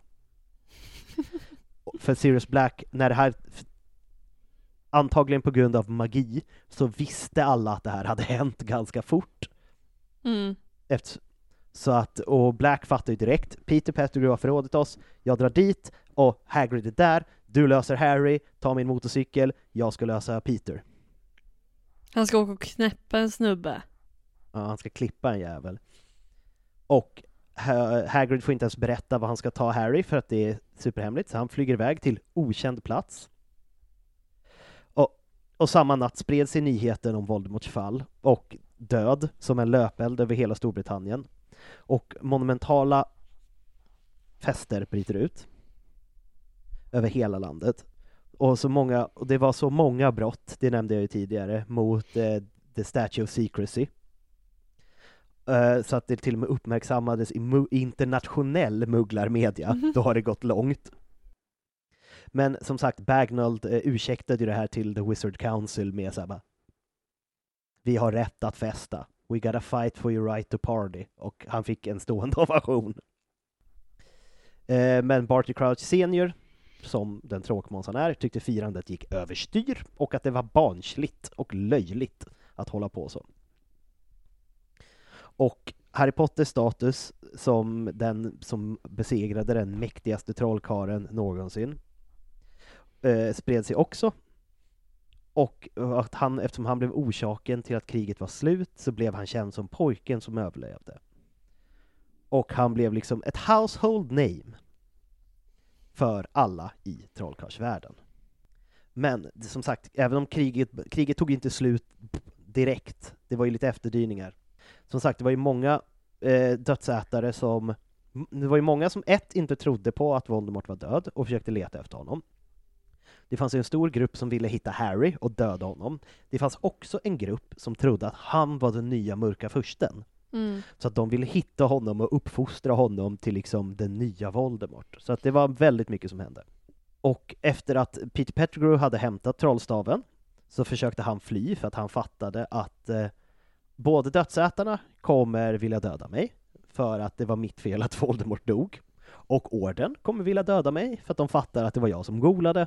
För Sirius Black, när det här, antagligen på grund av magi, så visste alla att det här hade hänt ganska fort. Mm. Efter, så att, och Black fattar ju direkt, Peter Pettigrew har förrådit oss, jag drar dit och Hagrid är där, du löser Harry, ta min motorcykel, jag ska lösa Peter. Han ska åka och knäppa en snubbe. Ja, han ska klippa en jävel. Och Ha- Hagrid får inte ens berätta vad han ska ta Harry för att det är superhemligt, så han flyger iväg till okänd plats. Och, och samma natt spred sig nyheten om Voldemorts fall och död som en löpeld över hela Storbritannien. Och monumentala fester bryter ut över hela landet. Och, så många, och det var så många brott, det nämnde jag ju tidigare, mot eh, The Statue of Secrecy. Uh, så att det till och med uppmärksammades i mu- internationell mugglarmedia. Mm-hmm. Då har det gått långt. Men som sagt, Bagnold uh, ursäktade ju det här till The Wizard Council med såhär, vi har rätt att festa. We gotta fight for your right to party. Och han fick en stående ovation. Uh, men Barty Crouch senior, som den tråkmåns han är, tyckte firandet gick överstyr och att det var barnsligt och löjligt att hålla på så. Och Harry Potters status som den som besegrade den mäktigaste trollkaren någonsin eh, spred sig också. Och att han, eftersom han blev orsaken till att kriget var slut, så blev han känd som pojken som överlevde. Och han blev liksom ett household name för alla i trollkarlsvärlden. Men som sagt, även om kriget, kriget tog inte slut direkt, det var ju lite efterdyningar. Som sagt, det var ju många eh, dödsätare som... Det var ju många som ett inte trodde på att Voldemort var död och försökte leta efter honom. Det fanns en stor grupp som ville hitta Harry och döda honom. Det fanns också en grupp som trodde att han var den nya mörka fursten. Mm. Så att de ville hitta honom och uppfostra honom till liksom den nya Voldemort. Så att det var väldigt mycket som hände. Och efter att Peter Pettigrew hade hämtat trollstaven så försökte han fly för att han fattade att... Eh, Både dödsätarna kommer vilja döda mig för att det var mitt fel att Voldemort dog. Och orden kommer vilja döda mig för att de fattar att det var jag som golade.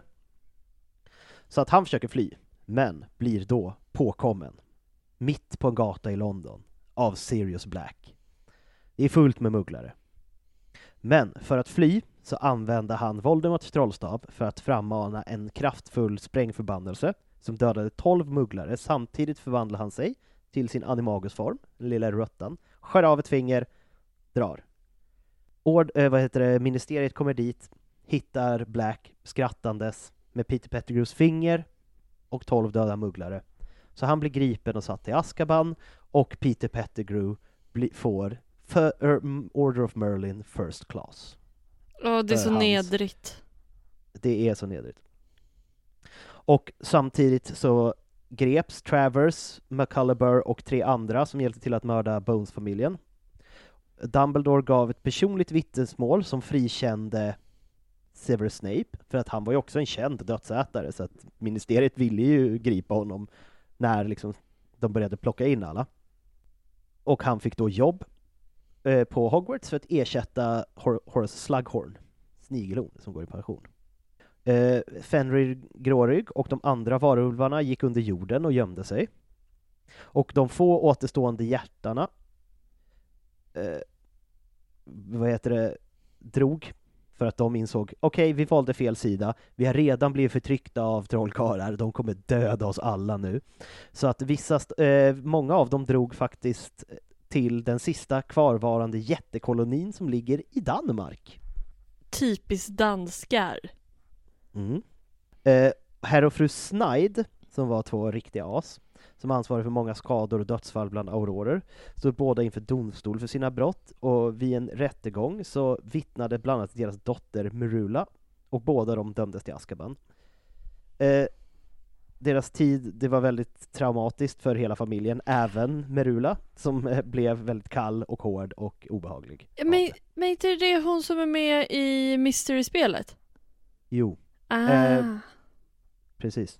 Så att han försöker fly, men blir då påkommen mitt på en gata i London av Sirius Black. Det är fullt med mugglare. Men för att fly så använde han Voldemorts trollstav för att frammana en kraftfull sprängförbannelse som dödade tolv mugglare. Samtidigt förvandlade han sig till sin animagusform, den lilla röttan, skär av ett finger, drar. Ord, äh, vad heter det, ministeriet kommer dit, hittar Black skrattandes med Peter Pettigrews finger och tolv döda mugglare. Så han blir gripen och satt i Azkaban och Peter Pettigrew bli, får för, uh, Order of Merlin First Class. Åh, det är så hans, nedrigt. Det är så nedrigt. Och samtidigt så greps Travers, McCullober och tre andra som hjälpte till att mörda Bones-familjen. Dumbledore gav ett personligt vittnesmål som frikände Severus Snape, för att han var ju också en känd dödsätare, så att ministeriet ville ju gripa honom när liksom de började plocka in alla. Och han fick då jobb eh, på Hogwarts för att ersätta Hor- Horace Slughorn, Snigelorm, som går i pension. Uh, Fenrir Grårygg och de andra varulvarna gick under jorden och gömde sig. Och de få återstående hjärtarna uh, vad heter det, drog för att de insåg, okej, okay, vi valde fel sida. Vi har redan blivit förtryckta av trollkarlar. De kommer döda oss alla nu. Så att vissa, uh, många av dem drog faktiskt till den sista kvarvarande jättekolonin som ligger i Danmark. Typiskt danskar. Mm. Eh, herr och fru Snide, som var två riktiga as, som ansvarade för många skador och dödsfall bland aurorer, stod båda inför domstol för sina brott, och vid en rättegång så vittnade bland annat deras dotter Merula, och båda de dömdes till Azkaban. Eh, deras tid, det var väldigt traumatiskt för hela familjen, även Merula, som eh, blev väldigt kall och hård och obehaglig. Men, men inte det hon som är med i Mystery-spelet? Jo. Ah. Eh, precis.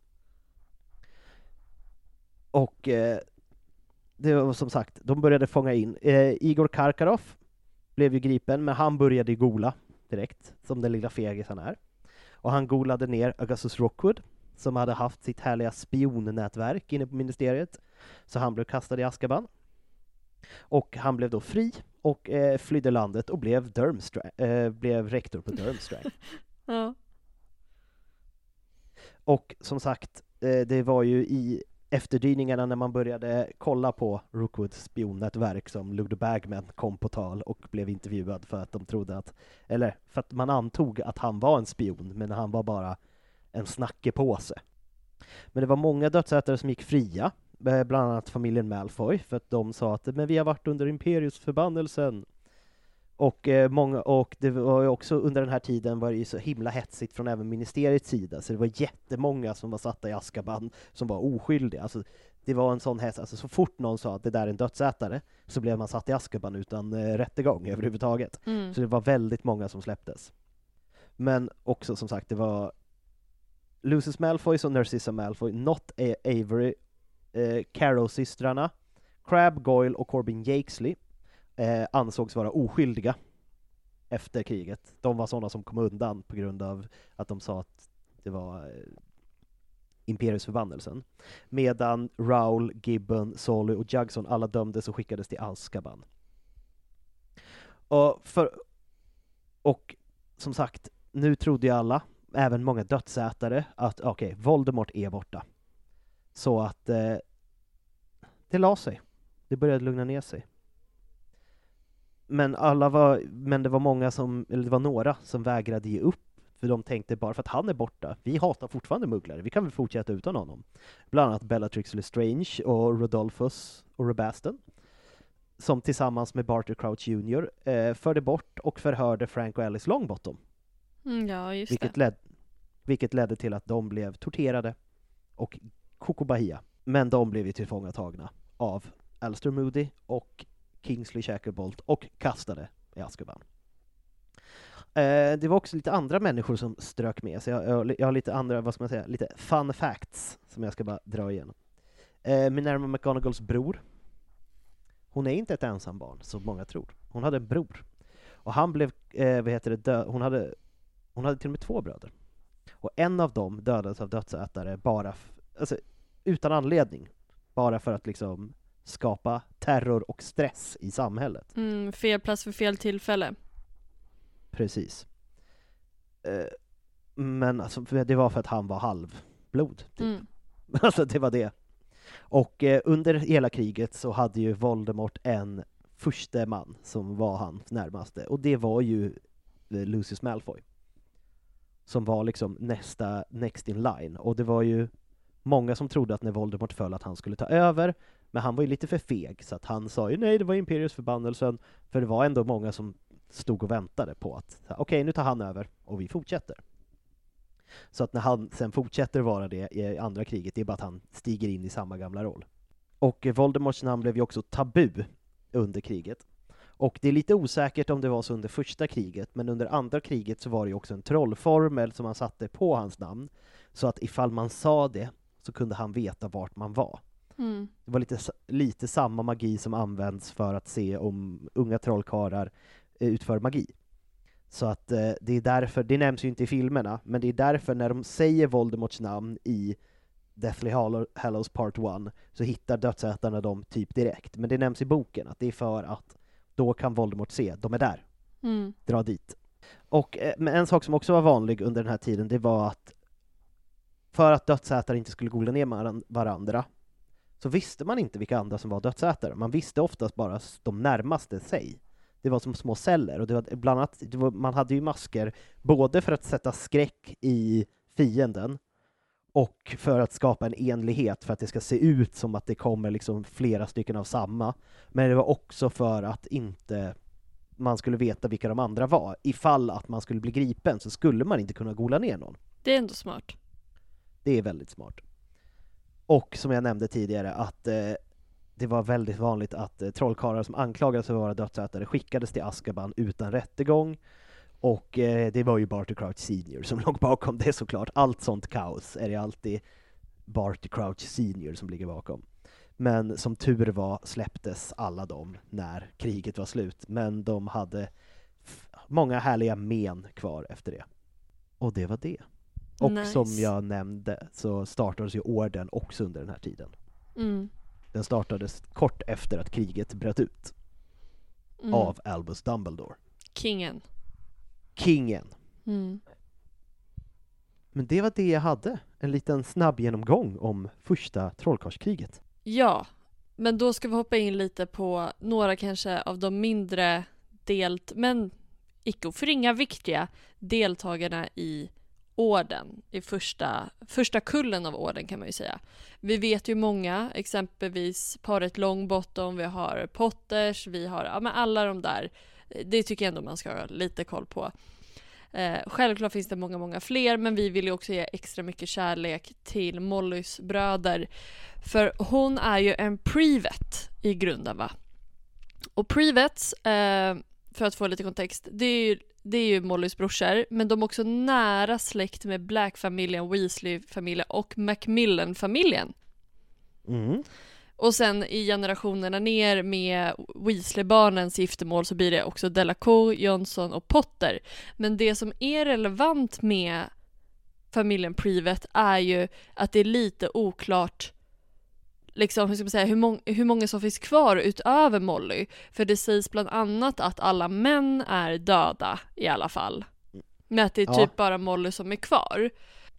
Och eh, det var som sagt, de började fånga in. Eh, Igor Karkaroff blev ju gripen, men han började gola direkt, som den lilla fegis han är. Och han golade ner Augustus Rockwood, som hade haft sitt härliga spionnätverk inne på ministeriet. Så han blev kastad i Azkaban. Och han blev då fri och eh, flydde landet och blev, Durmstrang, eh, blev rektor på Durmstrang. Ja. Och som sagt, det var ju i efterdyningarna när man började kolla på Rookwoods spionnätverk som Ludo Bagman kom på tal och blev intervjuad för att de trodde att, eller för att man antog att han var en spion, men han var bara en snackepåse. Men det var många dödsätare som gick fria, bland annat familjen Malfoy, för att de sa att men vi har varit under Imperius förbannelsen. Och, eh, många, och det var ju också under den här tiden var det ju så himla hetsigt från även ministeriets sida, så det var jättemånga som var satta i Azkaban som var oskyldiga. Alltså, det var en sån hets, alltså så fort någon sa att det där är en dödsätare så blev man satt i Azkaban utan eh, rättegång överhuvudtaget. Mm. Så det var väldigt många som släpptes. Men också som sagt, det var Lucius Malfoy och Narcissa Malfoy, Not A- Avery, eh, Carrow-systrarna, Crabbe Goyle och Corbin Jakesley eh, ansågs vara oskyldiga efter kriget. De var sådana som kom undan på grund av att de sa att det var eh, Imperius förbannelsen. Medan Rowell, Gibbon, Solly och Jugson alla dömdes och skickades till Azkaban. Och, för, och som sagt, nu trodde ju alla, även många dödsätare, att okej, okay, Voldemort är borta. Så att eh, det la sig. Det började lugna ner sig. Men alla var, men det var många som, eller det var några som vägrade ge upp, för de tänkte bara för att han är borta, vi hatar fortfarande mugglare, vi kan väl fortsätta utan honom. Bland annat Bellatrix Lestrange och Rodolphus och Robaston, som tillsammans med Barty Crouch junior eh, förde bort och förhörde Frank och Alice Longbottom. Mm, ja, just vilket det. Led, vilket ledde till att de blev torterade och Koko Bahia. Men de blev ju tillfångatagna av Alistair Moody och Kingsley Shacklebolt och kastade i Azkaban. Eh, det var också lite andra människor som strök med, så jag, jag, jag har lite andra, vad ska man säga, lite fun facts som jag ska bara dra igenom. Eh, Minerva McGonagalls bror. Hon är inte ett ensam barn, som många tror. Hon hade en bror. Och han blev, eh, vad heter det, dö- hon hade hon hade till och med två bröder. Och en av dem dödades av dödsätare bara, f- alltså utan anledning. Bara för att liksom skapa terror och stress i samhället. Mm, fel plats för fel tillfälle. Precis. Eh, men alltså, det var för att han var halvblod. Typ. Mm. Alltså det var det. Och eh, under hela kriget så hade ju Voldemort en första man som var hans närmaste. Och det var ju eh, Lucius Malfoy. Som var liksom nästa, next in line. Och det var ju många som trodde att när Voldemort föll att han skulle ta över. Men han var ju lite för feg, så att han sa ju nej, det var Imperius förbannelsen. För det var ändå många som stod och väntade på att okej, okay, nu tar han över och vi fortsätter. Så att när han sen fortsätter vara det i andra kriget, det är bara att han stiger in i samma gamla roll. Och Voldemorts namn blev ju också tabu under kriget. Och det är lite osäkert om det var så under första kriget, men under andra kriget så var det ju också en trollformel som man satte på hans namn. Så att ifall man sa det så kunde han veta vart man var. Mm. Det var lite, lite samma magi som används för att se om unga trollkarlar utför magi. Så att eh, det är därför, det nämns ju inte i filmerna, men det är därför när de säger Voldemorts namn i Deathly Hallows Part ett så hittar dödsätarna dem typ direkt. Men det nämns i boken att det är för att då kan Voldemort se, de är där. Mm. Dra dit. Och eh, men en sak som också var vanlig under den här tiden, det var att för att dödsätare inte skulle gola ner varandra så visste man inte vilka andra som var dödsätare. Man visste oftast bara de närmaste sig. Det var som små celler, och det var bland annat, det var, man hade ju masker både för att sätta skräck i fienden och för att skapa en enlighet, för att det ska se ut som att det kommer liksom flera stycken av samma. Men det var också för att inte man skulle veta vilka de andra var. Ifall att man skulle bli gripen så skulle man inte kunna gola ner någon. Det är ändå smart. Det är väldigt smart. Och som jag nämnde tidigare att eh, det var väldigt vanligt att eh, trollkarlar som anklagades för att vara dödsätare skickades till Azkaban utan rättegång. Och eh, det var ju Barty Crouch senior som låg bakom det såklart. Allt sånt kaos är det alltid Barty Crouch senior som ligger bakom. Men som tur var släpptes alla dem när kriget var slut. Men de hade f- många härliga men kvar efter det. Och det var det. Och nice. Som jag nämnde så startades ju orden också under den här tiden. Mm. Den startades kort efter att kriget bröt ut. Mm. Av Albus Dumbledore. Kingen. Kingen. Mm. Men det var det jag hade. En liten snabb genomgång om första trollkarlskriget. Ja, men då ska vi hoppa in lite på några kanske av de mindre delt, men icke förringa viktiga deltagarna i orden, i första, första kullen av orden kan man ju säga. Vi vet ju många, exempelvis paret Longbottom, vi har Potters, vi har ja, men alla de där. Det tycker jag ändå man ska ha lite koll på. Eh, självklart finns det många, många fler, men vi vill ju också ge extra mycket kärlek till Mollys bröder. För hon är ju en privet i grunden, va? Och privets, eh, för att få lite kontext, det är ju, det är ju Mollys brorsor, men de är också nära släkt med Black-familjen, Weasley-familjen och Macmillan-familjen. Mm. Och sen i generationerna ner med Weasley-barnens giftermål så blir det också Delacour, Johnson och Potter. Men det som är relevant med familjen Privet är ju att det är lite oklart liksom, hur ska man säga, hur, mång- hur många som finns kvar utöver Molly. För det sägs bland annat att alla män är döda i alla fall. Men att det är typ ja. bara Molly som är kvar.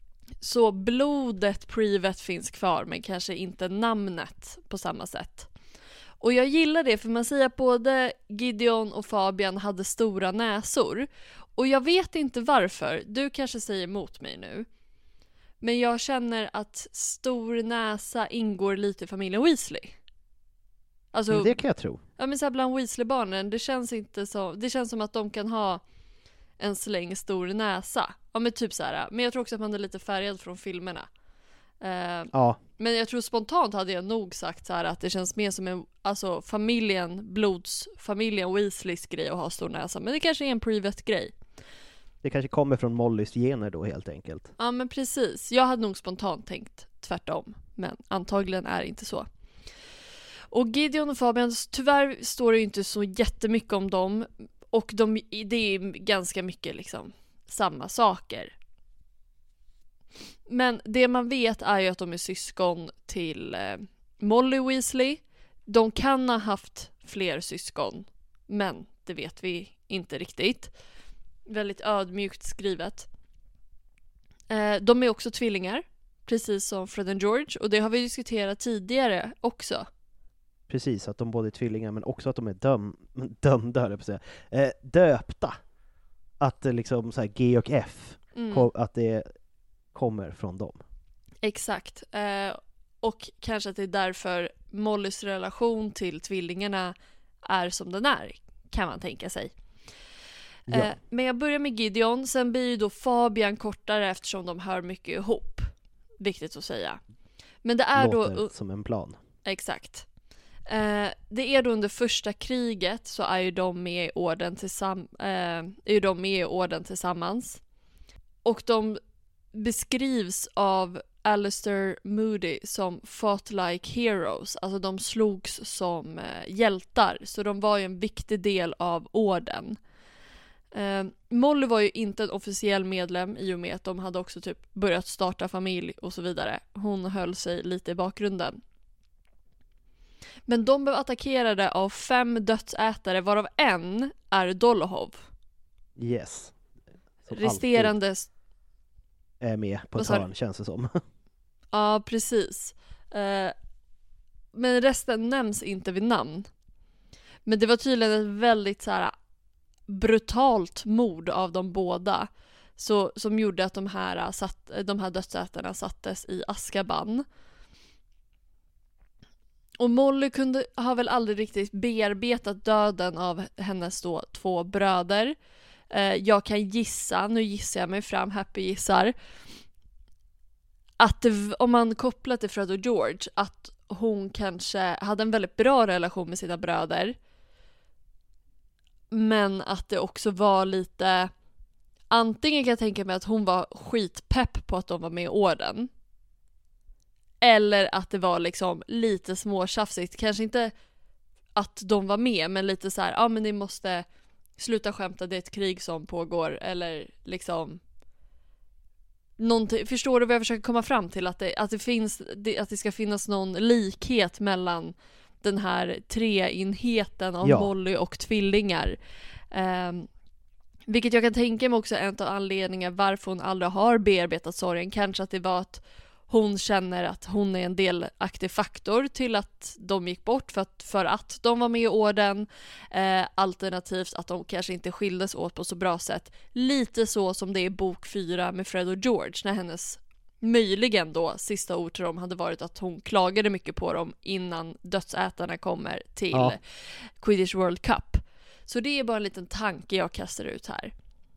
Så blodet Privet finns kvar, men kanske inte namnet på samma sätt. Och jag gillar det, för man säger att både Gideon och Fabian hade stora näsor. Och jag vet inte varför, du kanske säger emot mig nu. Men jag känner att stor näsa ingår lite i familjen Weasley. Alltså, det kan jag tro. Ja, men så här bland Weasley-barnen, det känns inte så, det känns som att de kan ha en släng stor näsa. Ja, men typ så här. Men jag tror också att man är lite färgad från filmerna. Uh, ja. Men jag tror spontant hade jag nog sagt så här att det känns mer som en, alltså familjen, blodsfamiljen Weasleys grej att ha stor näsa. Men det kanske är en privat grej. Det kanske kommer från Mollys gener då helt enkelt. Ja, men precis. Jag hade nog spontant tänkt tvärtom. Men antagligen är det inte så. Och Gideon och Fabian, tyvärr står det ju inte så jättemycket om dem. Och de, det är ganska mycket liksom samma saker. Men det man vet är ju att de är syskon till eh, Molly Weasley. De kan ha haft fler syskon, men det vet vi inte riktigt. Väldigt ödmjukt skrivet. Eh, de är också tvillingar, precis som Fred och George. Och det har vi diskuterat tidigare också. Precis, att de både är tvillingar men också att de är döm, dömda, höll jag på att säga. Eh, döpta. Att det liksom så här G och F, mm. kom, att det kommer från dem. Exakt. Eh, och kanske att det är därför Mollys relation till tvillingarna är som den är, kan man tänka sig. Ja. Eh, men jag börjar med Gideon, sen blir ju då Fabian kortare eftersom de hör mycket ihop. Viktigt att säga. Men det är Låter då som en plan. Exakt. Eh, det är då under första kriget så är ju de med i orden, tillsamm- eh, är ju de med i orden tillsammans. Och de beskrivs av Alistair Moody som fought like heroes. Alltså de slogs som eh, hjältar. Så de var ju en viktig del av orden. Eh, Molly var ju inte en officiell medlem i och med att de hade också typ börjat starta familj och så vidare. Hon höll sig lite i bakgrunden. Men de blev attackerade av fem dödsätare, varav en är Dolohov. Yes. Som resterande är med på ett hörn, känns det som. Ja, precis. Eh, men resten nämns inte vid namn. Men det var tydligen ett väldigt så här brutalt mord av de båda. Så, som gjorde att de här, satt, de här dödsätarna sattes i Azkaban. Och Molly kunde, har väl aldrig riktigt bearbetat döden av hennes då två bröder. Eh, jag kan gissa, nu gissar jag mig fram, happy gissar. Att det, om man kopplar till Fred och George, att hon kanske hade en väldigt bra relation med sina bröder. Men att det också var lite, antingen kan jag tänka mig att hon var skitpepp på att de var med i orden. Eller att det var liksom lite småtjafsigt. Kanske inte att de var med, men lite så här, ja men ni måste sluta skämta, det är ett krig som pågår. Eller liksom någonting. Förstår du vad jag försöker komma fram till? Att det, att det finns, att det ska finnas någon likhet mellan den här treenheten av ja. Molly och tvillingar. Um, Vilket jag kan tänka mig också är en av anledningarna varför hon aldrig har bearbetat sorgen. Kanske att det var att hon känner att hon är en delaktig faktor till att de gick bort för att, för att de var med i orden. Eh, alternativt att de kanske inte skildes åt på så bra sätt. Lite så som det är i bok fyra med Fred och George, när hennes möjligen då sista ord till dem hade varit att hon klagade mycket på dem innan dödsätarna kommer till ja. Quidditch World Cup. Så det är bara en liten tanke jag kastar ut här.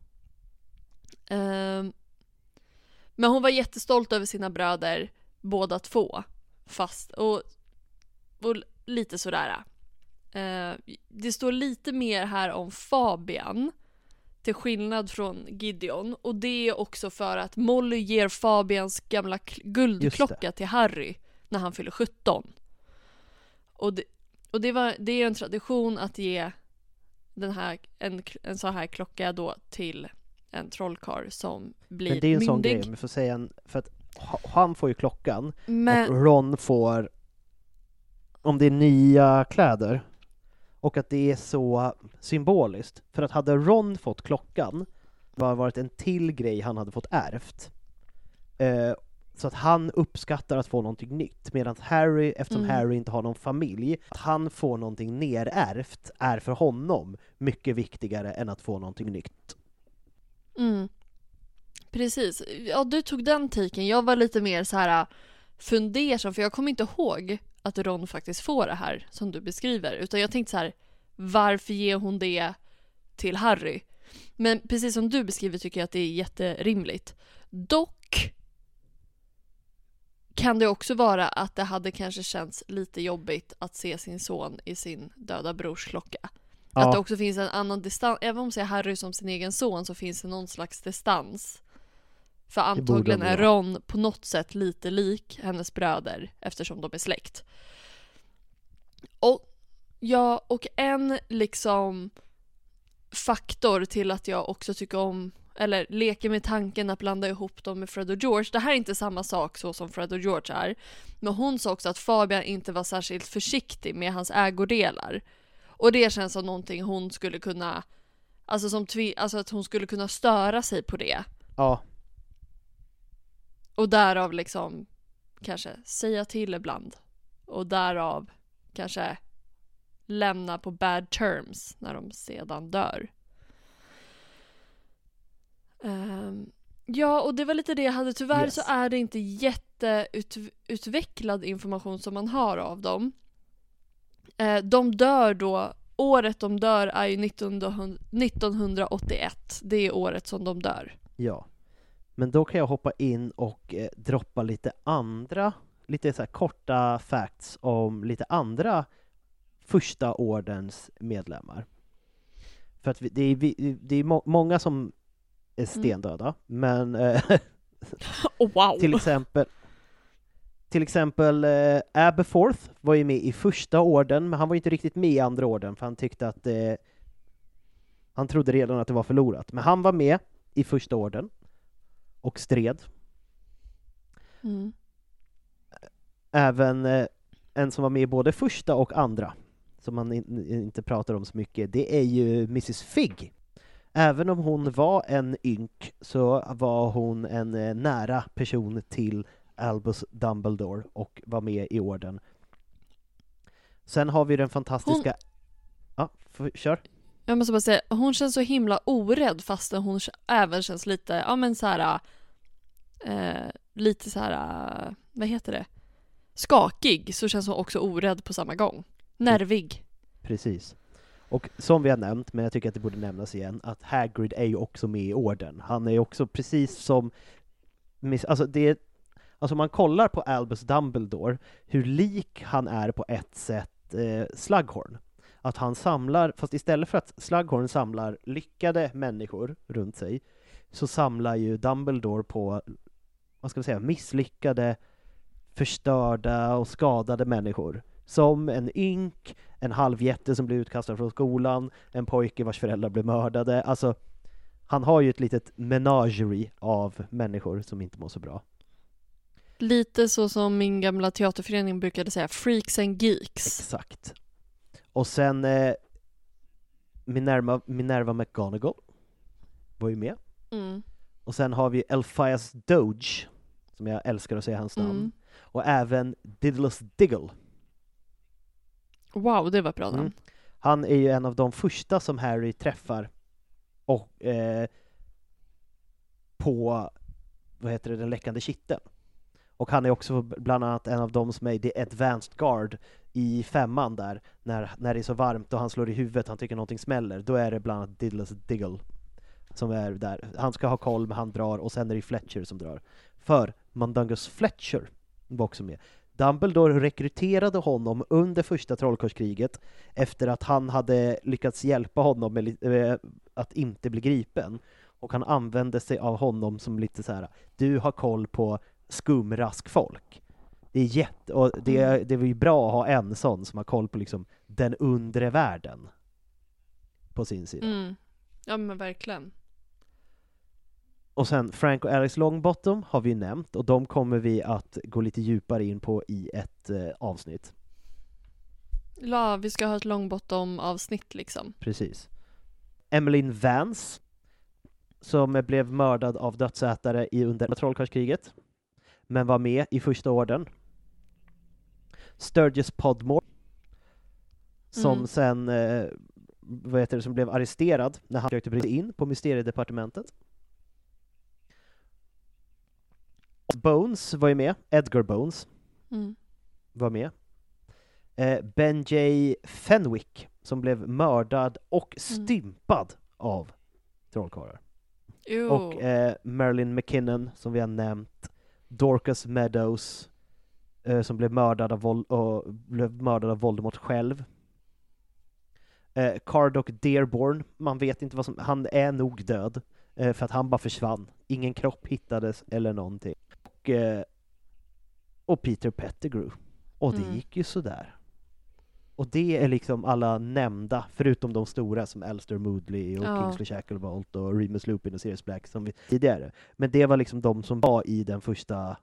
Um, men hon var jättestolt över sina bröder, båda två. Fast, och, och lite sådär. Uh, det står lite mer här om Fabian, till skillnad från Gideon. Och det är också för att Molly ger Fabians gamla guldklocka till Harry när han fyller sjutton. Och det, och det, var, det är en tradition att ge den här, en, en så här klocka då till en trollkarl som blir myndig. Men det är ju en sån grej, men får säga en, för att han får ju klockan men... och Ron får, om det är nya kläder, och att det är så symboliskt. För att hade Ron fått klockan, det hade varit en till grej han hade fått ärvt. Eh, så att han uppskattar att få någonting nytt. Medan Harry, eftersom mm. Harry inte har någon familj, att han får någonting nerärvt är för honom mycket viktigare än att få någonting nytt. Mm. Precis. Ja, du tog den tiken. Jag var lite mer så här fundersam, för jag kommer inte ihåg att Ron faktiskt får det här som du beskriver. Utan jag tänkte så här, varför ger hon det till Harry? Men precis som du beskriver tycker jag att det är jätterimligt. Dock kan det också vara att det hade kanske känts lite jobbigt att se sin son i sin döda brors klocka. Ja. Att det också finns en annan distans. Även om man ser Harry som sin egen son så finns det någon slags distans. För antagligen är Ron på något sätt lite lik hennes bröder eftersom de är släkt. Och ja, och en liksom faktor till att jag också tycker om, eller leker med tanken att blanda ihop dem med Fred och George. Det här är inte samma sak så som Fred och George är. Men hon sa också att Fabian inte var särskilt försiktig med hans ägodelar. Och det känns som någonting hon skulle kunna, alltså som tvi, alltså att hon skulle kunna störa sig på det. Ja. Och därav liksom kanske säga till ibland. Och därav kanske lämna på bad terms när de sedan dör. Um, ja, och det var lite det jag hade. Tyvärr yes. så är det inte jätteutvecklad information som man har av dem. Uh, de dör då, året de dör är ju nittonhundraåttioett. Det är året som de dör. Ja. Men då kan jag hoppa in och eh, droppa lite andra, lite så här korta facts om lite andra första ordens medlemmar. För att vi, det är, vi, det är må, många som är stendöda, mm. men eh, oh, wow. till exempel till exempel eh, Aberforth var ju med i första orden, men han var ju inte riktigt med i andra orden för han tyckte att eh, han trodde redan att det var förlorat. Men han var med i första orden och stred. Mm. Även eh, en som var med i både första och andra, som man in, inte pratar om så mycket, det är ju missus Figg. Även om hon var en ynk så var hon en eh, nära person till Albus Dumbledore och var med i orden. Sen har vi den fantastiska... Hon... Ja, för, kör. Jag måste bara säga, hon känns så himla orädd fast hon även känns lite, ja men så här, eh, lite så här, vad heter det? Skakig, så känns hon också orädd på samma gång. Nervig. Precis. Och som vi har nämnt, men jag tycker att det borde nämnas igen, att Hagrid är ju också med i orden. Han är ju också precis som, alltså det, alltså man kollar på Albus Dumbledore, hur lik han är på ett sätt eh, Slughorn. Att han samlar, fast istället för att Slughorn samlar lyckade människor runt sig, så samlar ju Dumbledore på, vad ska vi säga, misslyckade, förstörda och skadade människor. Som en ynk, en halvjätte som blev utkastad från skolan, en pojke vars föräldrar blev mördade. Alltså, han har ju ett litet menagerie av människor som inte mår så bra. Lite så som min gamla teaterförening brukade säga, freaks and geeks. Exakt. Och sen eh, Minerva, Minerva McGonagall. var ju med. Mm. Och sen har vi Elphias Doge, som jag älskar att säga hans namn. Mm. Och även Diddles Diggle. Wow, det var bra namn. Mm. Han är ju en av de första som Harry träffar och eh, på vad heter det, den läckande kitteln. Och han är också bland annat en av dem som är i The Advanced Guard i femman där, när, när det är så varmt och han slår i huvudet, han tycker någonting smäller. Då är det bland annat Diddles Diggle som är där. Han ska ha koll, men han drar, och sen är det Fletcher som drar. För Mundungus Fletcher var också med. Dumbledore rekryterade honom under första trollkarlskriget efter att han hade lyckats hjälpa honom med äh, att inte bli gripen. Och han använde sig av honom som lite så här: du har koll på skumraskfolk. Det är jätte, och det, det var ju bra att ha en sån som har koll på liksom den undre världen på sin sida. Mm. Ja, men verkligen. Och sen Frank och Alex Longbottom har vi nämnt, och de kommer vi att gå lite djupare in på i ett eh, avsnitt. Ja, vi ska ha ett Longbottom-avsnitt liksom. Precis. Emmeline Vance, som blev mördad av dödsätare i under trollkarlskriget, men var med i första orden. Sturgis Podmore, som mm. sen eh, vad heter det, som blev arresterad när han försökte bryta in på mysteriedepartementet. Bones var ju med, Edgar Bones mm. var med. Eh, Ben J. Fenwick, som blev mördad och stympad mm. av trollkarlar. Och eh, Marilyn McKinnon, som vi har nämnt. Dorcas Meadows, eh, som blev mördad av, Vol- och blev mördad av Voldemort själv. Eh, Cardok Dearborn, man vet inte vad som, han är nog död, eh, för att han bara försvann. Ingen kropp hittades eller någonting. Och, eh, och Peter Pettigrew. Och det mm. gick ju sådär. Och det är liksom alla nämnda, förutom de stora som Alistair Moodley och ja. Kingsley Shacklebolt och Remus Lupin och Sirius Black som vi tidigare. Men det var liksom de som var i den första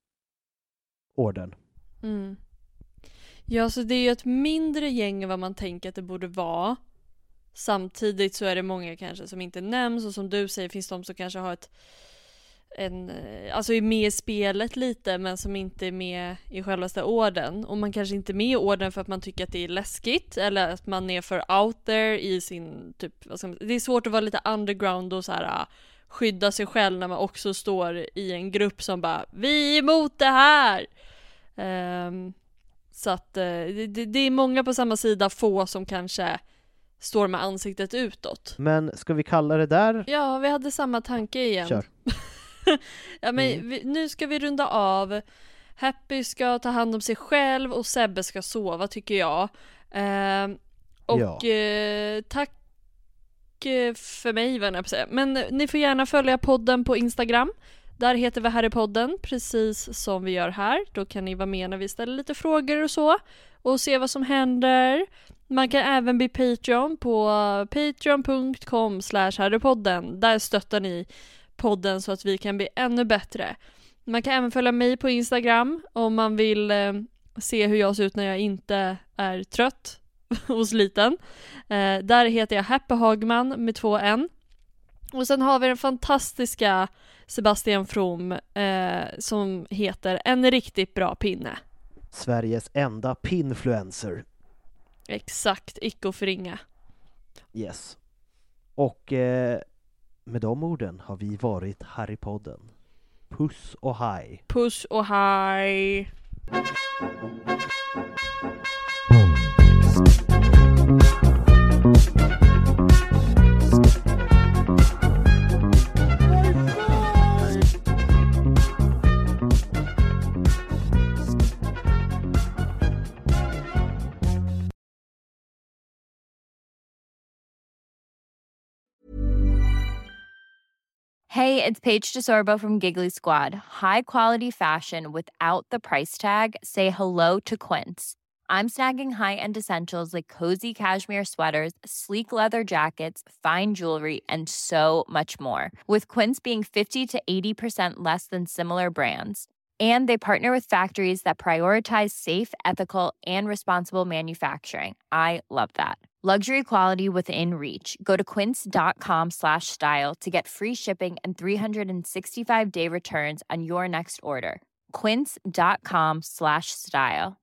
orden. Mm. Ja, så det är ju ett mindre gäng än vad man tänker att det borde vara. Samtidigt så är det många kanske som inte nämns, och som du säger finns de som kanske har ett en, alltså är med i spelet lite, men som inte är med i självaste orden. Och man kanske inte är med i orden för att man tycker att det är läskigt, eller att man är för out there i sin typ, vad ska man, det är svårt att vara lite underground och så här skydda sig själv när man också står i en grupp som bara, vi är emot det här. Um, så att uh, det, det är många på samma sida, få som kanske står med ansiktet utåt. Men ska vi kalla det där? Ja, vi hade samma tanke igen. Kör. Ja, men mm. vi, nu ska vi runda av. Happy ska ta hand om sig själv och Sebbe ska sova, tycker jag. Eh, och ja. eh, tack för mig, vad jag säga. Men ni får gärna följa podden på Instagram. Där heter vi Harrypodden, precis som vi gör här. Då kan ni vara med när vi ställer lite frågor och så, och se vad som händer. Man kan även bli Patreon på patreon punkt com slash Harrypodden. Där stöttar ni podden så att vi kan bli ännu bättre. Man kan även följa mig på Instagram om man vill eh, se hur jag ser ut när jag inte är trött och sliten. Eh, där heter jag Happy Hagman med två N. Och sen har vi den fantastiska Sebastian From eh, som heter En riktigt bra pinne. Sveriges enda pinfluencer. Exakt, icke att förringa. Yes. Och eh, med de orden har vi varit Harrypodden. Puss och hej. Puss och hej. Hey, it's Paige DeSorbo from Giggly Squad. High quality fashion without the price tag. Say hello to Quince. I'm snagging high-end essentials like cozy cashmere sweaters, sleek leather jackets, fine jewelry, and so much more. With Quince being fifty to eighty percent less than similar brands. And they partner with factories that prioritize safe, ethical, and responsible manufacturing. I love that. Luxury quality within reach. Go to quince.com slash style to get free shipping and three sixty-five day returns on your next order. Quince.com slash style.